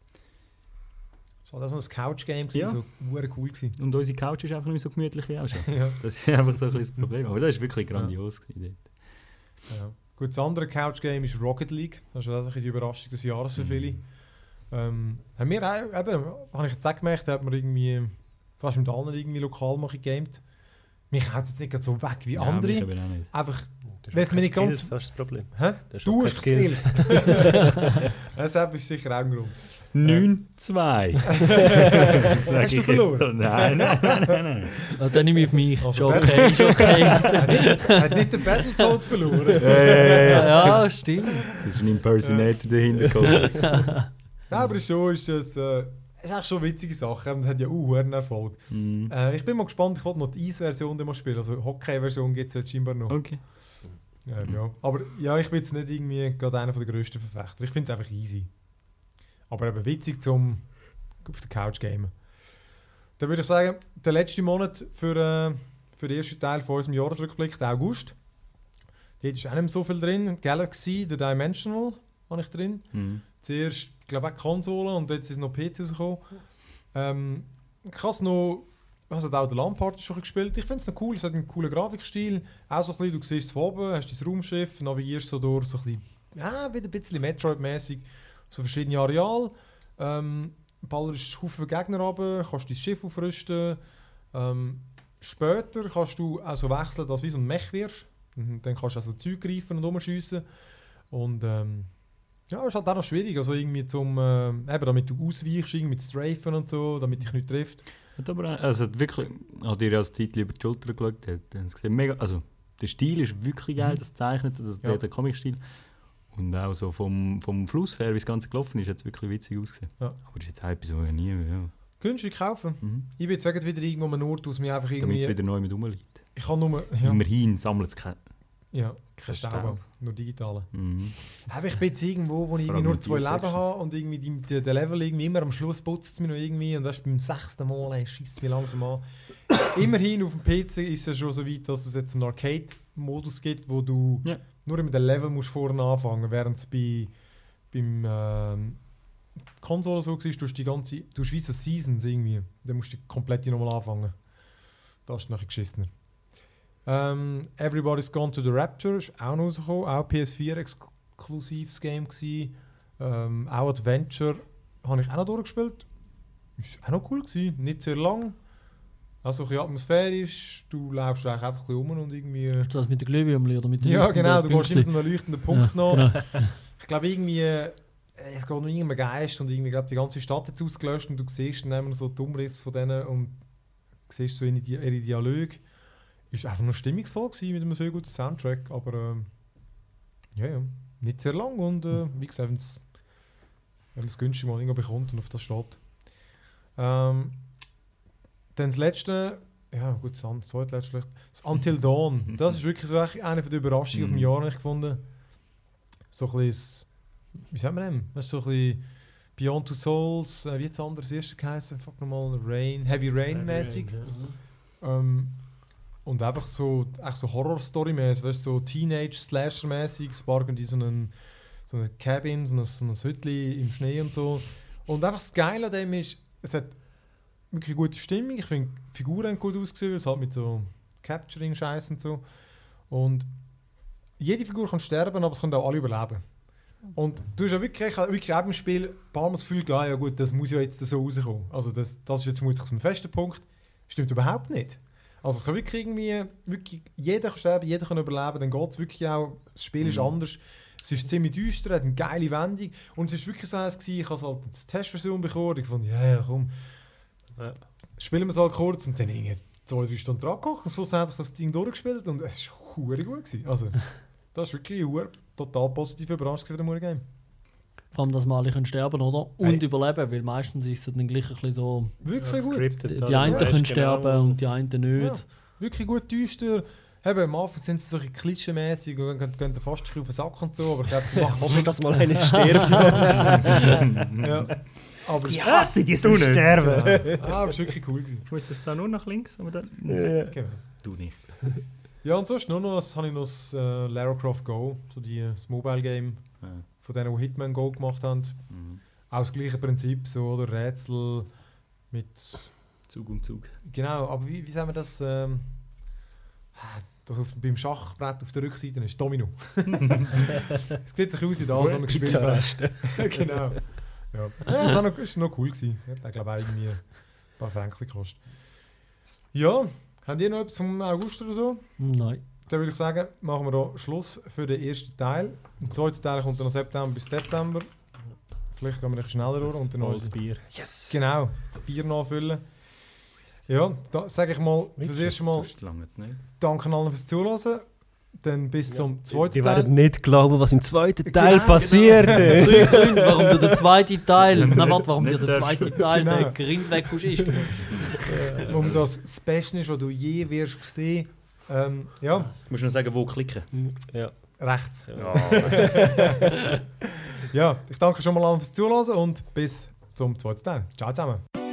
Speaker 1: Es war auch so ein Couch-Game,
Speaker 3: Ja.
Speaker 1: so hure cool gewesen.
Speaker 3: Und unsere Couch ist einfach nicht so gemütlich wie auch schon.
Speaker 1: Ja.
Speaker 3: Das ist einfach so ein bisschen das Problem. Aber das ist wirklich grandios gewesen.
Speaker 1: Ja. Gut, das andere Couch-Game ist Rocket League. Das ist auch ein bisschen die Überraschung des Jahres für viele.
Speaker 3: Mhm.
Speaker 1: Ähm, haben wir auch, eben, habe ich jetzt auch gemerkt, hat man irgendwie fast mit allen irgendwie lokal mal gegamed. Mich haut es jetzt nicht gerade so weg wie
Speaker 3: Ja,
Speaker 1: andere.
Speaker 3: mich eben auch nicht.
Speaker 1: Einfach,
Speaker 4: Das
Speaker 1: Weiss
Speaker 4: ist
Speaker 1: mir
Speaker 4: mir
Speaker 1: nicht ganz-
Speaker 4: Skills, das ist das Problem.
Speaker 1: hä?
Speaker 4: Das ist
Speaker 1: Du
Speaker 4: auch
Speaker 1: hast
Speaker 4: keine
Speaker 1: Skills. Das ist sicher auch ein Grund.
Speaker 3: neun zwei.
Speaker 1: Hast du verloren?
Speaker 3: Nein, nein, nein, nein. nein.
Speaker 2: Ah, dann nehme ich auf mich.
Speaker 1: Also
Speaker 2: Schon okay, schon okay.
Speaker 1: Er hat nicht den Battletoad verloren.
Speaker 3: Ja, ja, ja, ja.
Speaker 2: Ja, stimmt.
Speaker 3: Das ist ein Impersonator dahinter gekommen.
Speaker 1: Ja, aber schon ist das, äh, ist eigentlich schon eine witzige Sache. Und hat ja auch einen Erfolg.
Speaker 3: Mhm.
Speaker 1: Äh, ich bin mal gespannt, ich wollte noch die Eis-Version mal spielen. Also Hockey-Version gibt es jetzt scheinbar noch.
Speaker 3: Okay.
Speaker 1: Ähm, ja. Aber ja, ich bin jetzt nicht irgendwie gerade einer der grössten Verfechter. Ich finde es einfach easy. Aber eben witzig zum auf der Couch gamen. Dann würde ich sagen, der letzte Monat für, äh, für den ersten Teil von unserem Jahresrückblick, der August. Dort ist auch nicht mehr so viel drin. Galaxy, The Dimensional, habe ich drin.
Speaker 3: Mhm.
Speaker 1: Zuerst, glaube ich, auch Konsole und jetzt ist noch P C rausgekommen. Ähm, ich habe es noch... Also auch der LAN-Party schon gespielt. Ich finde es noch cool, es hat einen coolen Grafikstil. Auch so ein bisschen, du siehst von oben, hast dein Raumschiff, navigierst so durch, so ein bisschen, ja, wieder ein bisschen Metroid-mäßig, so verschiedene Areale. Ähm, ballerst Haufen Gegner runter, kannst dein Schiff aufrüsten. Ähm, später kannst du auch so wechseln, dass du wie so ein Mech wirst. Mhm, dann kannst du also Zeug greifen und umschiessen. Und ähm, ja, das ist halt auch noch schwierig, also irgendwie zum, äh, eben, damit du ausweichst, irgendwie mit Strafen und so, damit dich nicht trifft.
Speaker 3: Hat aber auch- also hat wirklich, hat ihr ja als Zeit über die Schulter geschaut, hat, hat es gesehen, mega, also der Stil ist wirklich geil,
Speaker 1: Mhm.
Speaker 3: das zeichnet, das,
Speaker 1: Ja.
Speaker 3: der, der Comic-Stil. Und auch so vom, vom Fluss her, wie das Ganze gelaufen ist, hat es wirklich witzig ausgesehen.
Speaker 1: Ja.
Speaker 3: Aber das ist jetzt auch etwas, was ich nie ja.
Speaker 1: Günstig kaufen.
Speaker 3: mhm.
Speaker 1: Ich bin jetzt sagen, wieder irgendwo an einem Ort, aus mir einfach
Speaker 3: Damit
Speaker 1: irgendwie...
Speaker 3: es wieder neu mit rumliegt.
Speaker 1: Ich kann nur... Ja,
Speaker 3: Immerhin sammelt es kein,
Speaker 1: ja
Speaker 3: kein
Speaker 1: kein Staub,
Speaker 3: Staub.
Speaker 1: nur digitale.
Speaker 3: Mhm.
Speaker 1: Aber ich bin jetzt irgendwo, wo
Speaker 3: Das
Speaker 1: ich irgendwie nur zwei
Speaker 3: fragmentiert
Speaker 1: Leben
Speaker 3: höchstens.
Speaker 1: habe und irgendwie die, die, der Level irgendwie immer am Schluss putzt es mir noch irgendwie und das ist beim sechsten Mal, ey, scheisst mich langsam an. Immerhin auf dem P C ist es schon so weit, dass es jetzt einen Arcade-Modus gibt, wo du
Speaker 3: Ja.
Speaker 1: nur mit dem Level musst vorne anfangen, während es bei beim ähm, Konsole so war, du hast die ganze, du hast wie so Seasons irgendwie, dann musst du komplett nochmal anfangen. Das ist nachher geschissener. Ähm, Everybody's Gone to the Rapture ist auch noch rausgekommen, auch P S vier exklusives Game gewesen. Ähm, auch Adventure habe ich auch noch durchgespielt. Ist auch noch cool gewesen, nicht sehr lang. Also ein bisschen atmosphärisch, du läufst eigentlich einfach ein bisschen rum und irgendwie...
Speaker 2: Ist das mit der Glühwürmli oder mit den
Speaker 1: Ja
Speaker 2: leuchtenden
Speaker 1: genau, du gehst
Speaker 2: Pünktchen?
Speaker 1: immer so einen leuchtenden Punkt
Speaker 2: Ja,
Speaker 1: noch.
Speaker 2: genau.
Speaker 1: Ich glaube irgendwie, äh, es geht noch irgendein Geist und irgendwie, glaub, die ganze Stadt hat ausgelöscht und du siehst dann immer so die Umrisse von denen und siehst so ihre, Di- ihre Dialoge. Ist einfach nur stimmungsvoll gewesen mit einem sehr guten Soundtrack, aber ähm, ja, ja, nicht sehr lang und äh, wie gesagt, wenn's, wenn man es günstig mal irgendwo bekommt und auf das steht. Ähm, dann das letzte, ja gut, das an- das zweitletzte vielleicht, das Until Dawn. Das ist wirklich so echt eine der Überraschungen vom
Speaker 3: Mhm.
Speaker 1: Jahr, habe ich gefunden. So ein bisschen, wie sagt man dem? Das ist so ein bisschen Beyond Two Souls, äh, wie hat das andere das erste geheißen? Fuck nochmal, Rain, Heavy Rain mäßig. Ähm, und einfach so, echt so Horror-Story-mäßig, weißt du, so Teenage-Slasher-mäßig, es war irgendwie so ein so eine Cabin, so ein, so ein Hütchen im Schnee und so. Und einfach das Geile an dem ist, es hat wirklich eine gute Stimmung. Ich finde, die Figuren haben gut ausgesehen, es hat mit so Capturing-Scheiß und so. Und jede Figur kann sterben, aber es können auch alle überleben. Und du hast ja wirklich, ich habe wirklich auch im Spiel ein paar Mal das Gefühl gehabt, ja gut, das muss ja jetzt so rauskommen. Also das, das ist jetzt vermutlich so ein fester Punkt. Stimmt überhaupt nicht. Also es kann wirklich irgendwie, wirklich, jeder kann sterben, jeder kann überleben, dann geht es wirklich auch, das Spiel ist
Speaker 3: Mhm.
Speaker 1: anders. Es ist ziemlich düster, hat eine geile Wendung und es ist wirklich so eins gewesen, ich habe halt eine Testversion bekommen, ich fand, ja, ja komm,
Speaker 4: Ja.
Speaker 1: Spielen wir es halt kurz und dann irgendwie zwei, drei Stunden dran gekocht und schlussendlich das Ding durchgespielt und es war verdammt gut gewesen. Also, das war wirklich eine total positive Überraschung für den Murray-Game.
Speaker 2: Vor allem, dass wir alle können sterben oder? Und
Speaker 1: Hey.
Speaker 2: überleben, weil meistens ist es dann gleich ein bisschen so,
Speaker 1: Wirklich gut.
Speaker 2: die, die einen können sterben und die einen nicht.
Speaker 1: Ja. Wirklich gut düster. Eben, am Anfang sind sie so ein bisschen klischeemäßig und gehen, gehen fast ein bisschen auf den Sack und so, aber ich glaube, sie machen
Speaker 4: Hoffen, dass mal einer stirbt.
Speaker 1: ja. Aber
Speaker 4: Die hasse die so sterben.
Speaker 1: Ah, aber es war wirklich cool gewesen.
Speaker 3: Wo ist das auch nur nach links? Aber dann?
Speaker 1: Genau.
Speaker 3: Du nicht.
Speaker 1: Ja, und sonst nur noch, das habe ich noch das äh, Lara Croft Go, so die, das Mobile-Game
Speaker 3: Ja.
Speaker 1: von denen, die Hitman Go gemacht haben.
Speaker 3: Mhm.
Speaker 1: Auch das gleiche Prinzip, so, oder Rätsel mit...
Speaker 3: Zug um Zug.
Speaker 1: Genau, aber wie, wie sagen wir das? Ähm, das auf, beim Schachbrett auf der Rückseite ist Domino. Es sieht sich aus wie das, was wir gespielt haben. Genau. Ja. Ja, das war noch, ist noch cool gewesen. Hat, glaube ich, irgendwie ein paar Franken gekostet. Ja, habt ihr noch etwas vom August oder so?
Speaker 2: Nein.
Speaker 1: Dann würde ich sagen, machen wir da Schluss für den ersten Teil. Der zweite Teil kommt dann noch September bis Dezember. Vielleicht gehen wir ein bisschen schneller durch und dann noch
Speaker 4: Volles Bier.
Speaker 1: Yes. Genau, Bier nachfüllen. Ja, da sage ich mal, für das erste Mal
Speaker 3: Sonst lange jetzt nicht.
Speaker 1: danke allen fürs Zuhören. Dann bis zum zweiten
Speaker 4: Die
Speaker 1: Teil.
Speaker 4: werden nicht glauben, was im zweiten Teil
Speaker 1: Genau,
Speaker 4: passiert.
Speaker 2: Drei Gründe, warum du den zweiten Teil, nein, warte, warum dir
Speaker 3: Nicht
Speaker 2: der
Speaker 3: darfst.
Speaker 2: zweite Teil
Speaker 1: Genau.
Speaker 2: der Grind weg ist.
Speaker 1: Um das das Beste ist, was du je wirst sehen. Ähm, ja,
Speaker 3: Du musst noch sagen, wo klicken.
Speaker 4: Ja.
Speaker 1: rechts.
Speaker 3: Ja.
Speaker 1: Ja, ich danke schon mal allen fürs Zuhören und bis zum zweiten Teil. Ciao zusammen.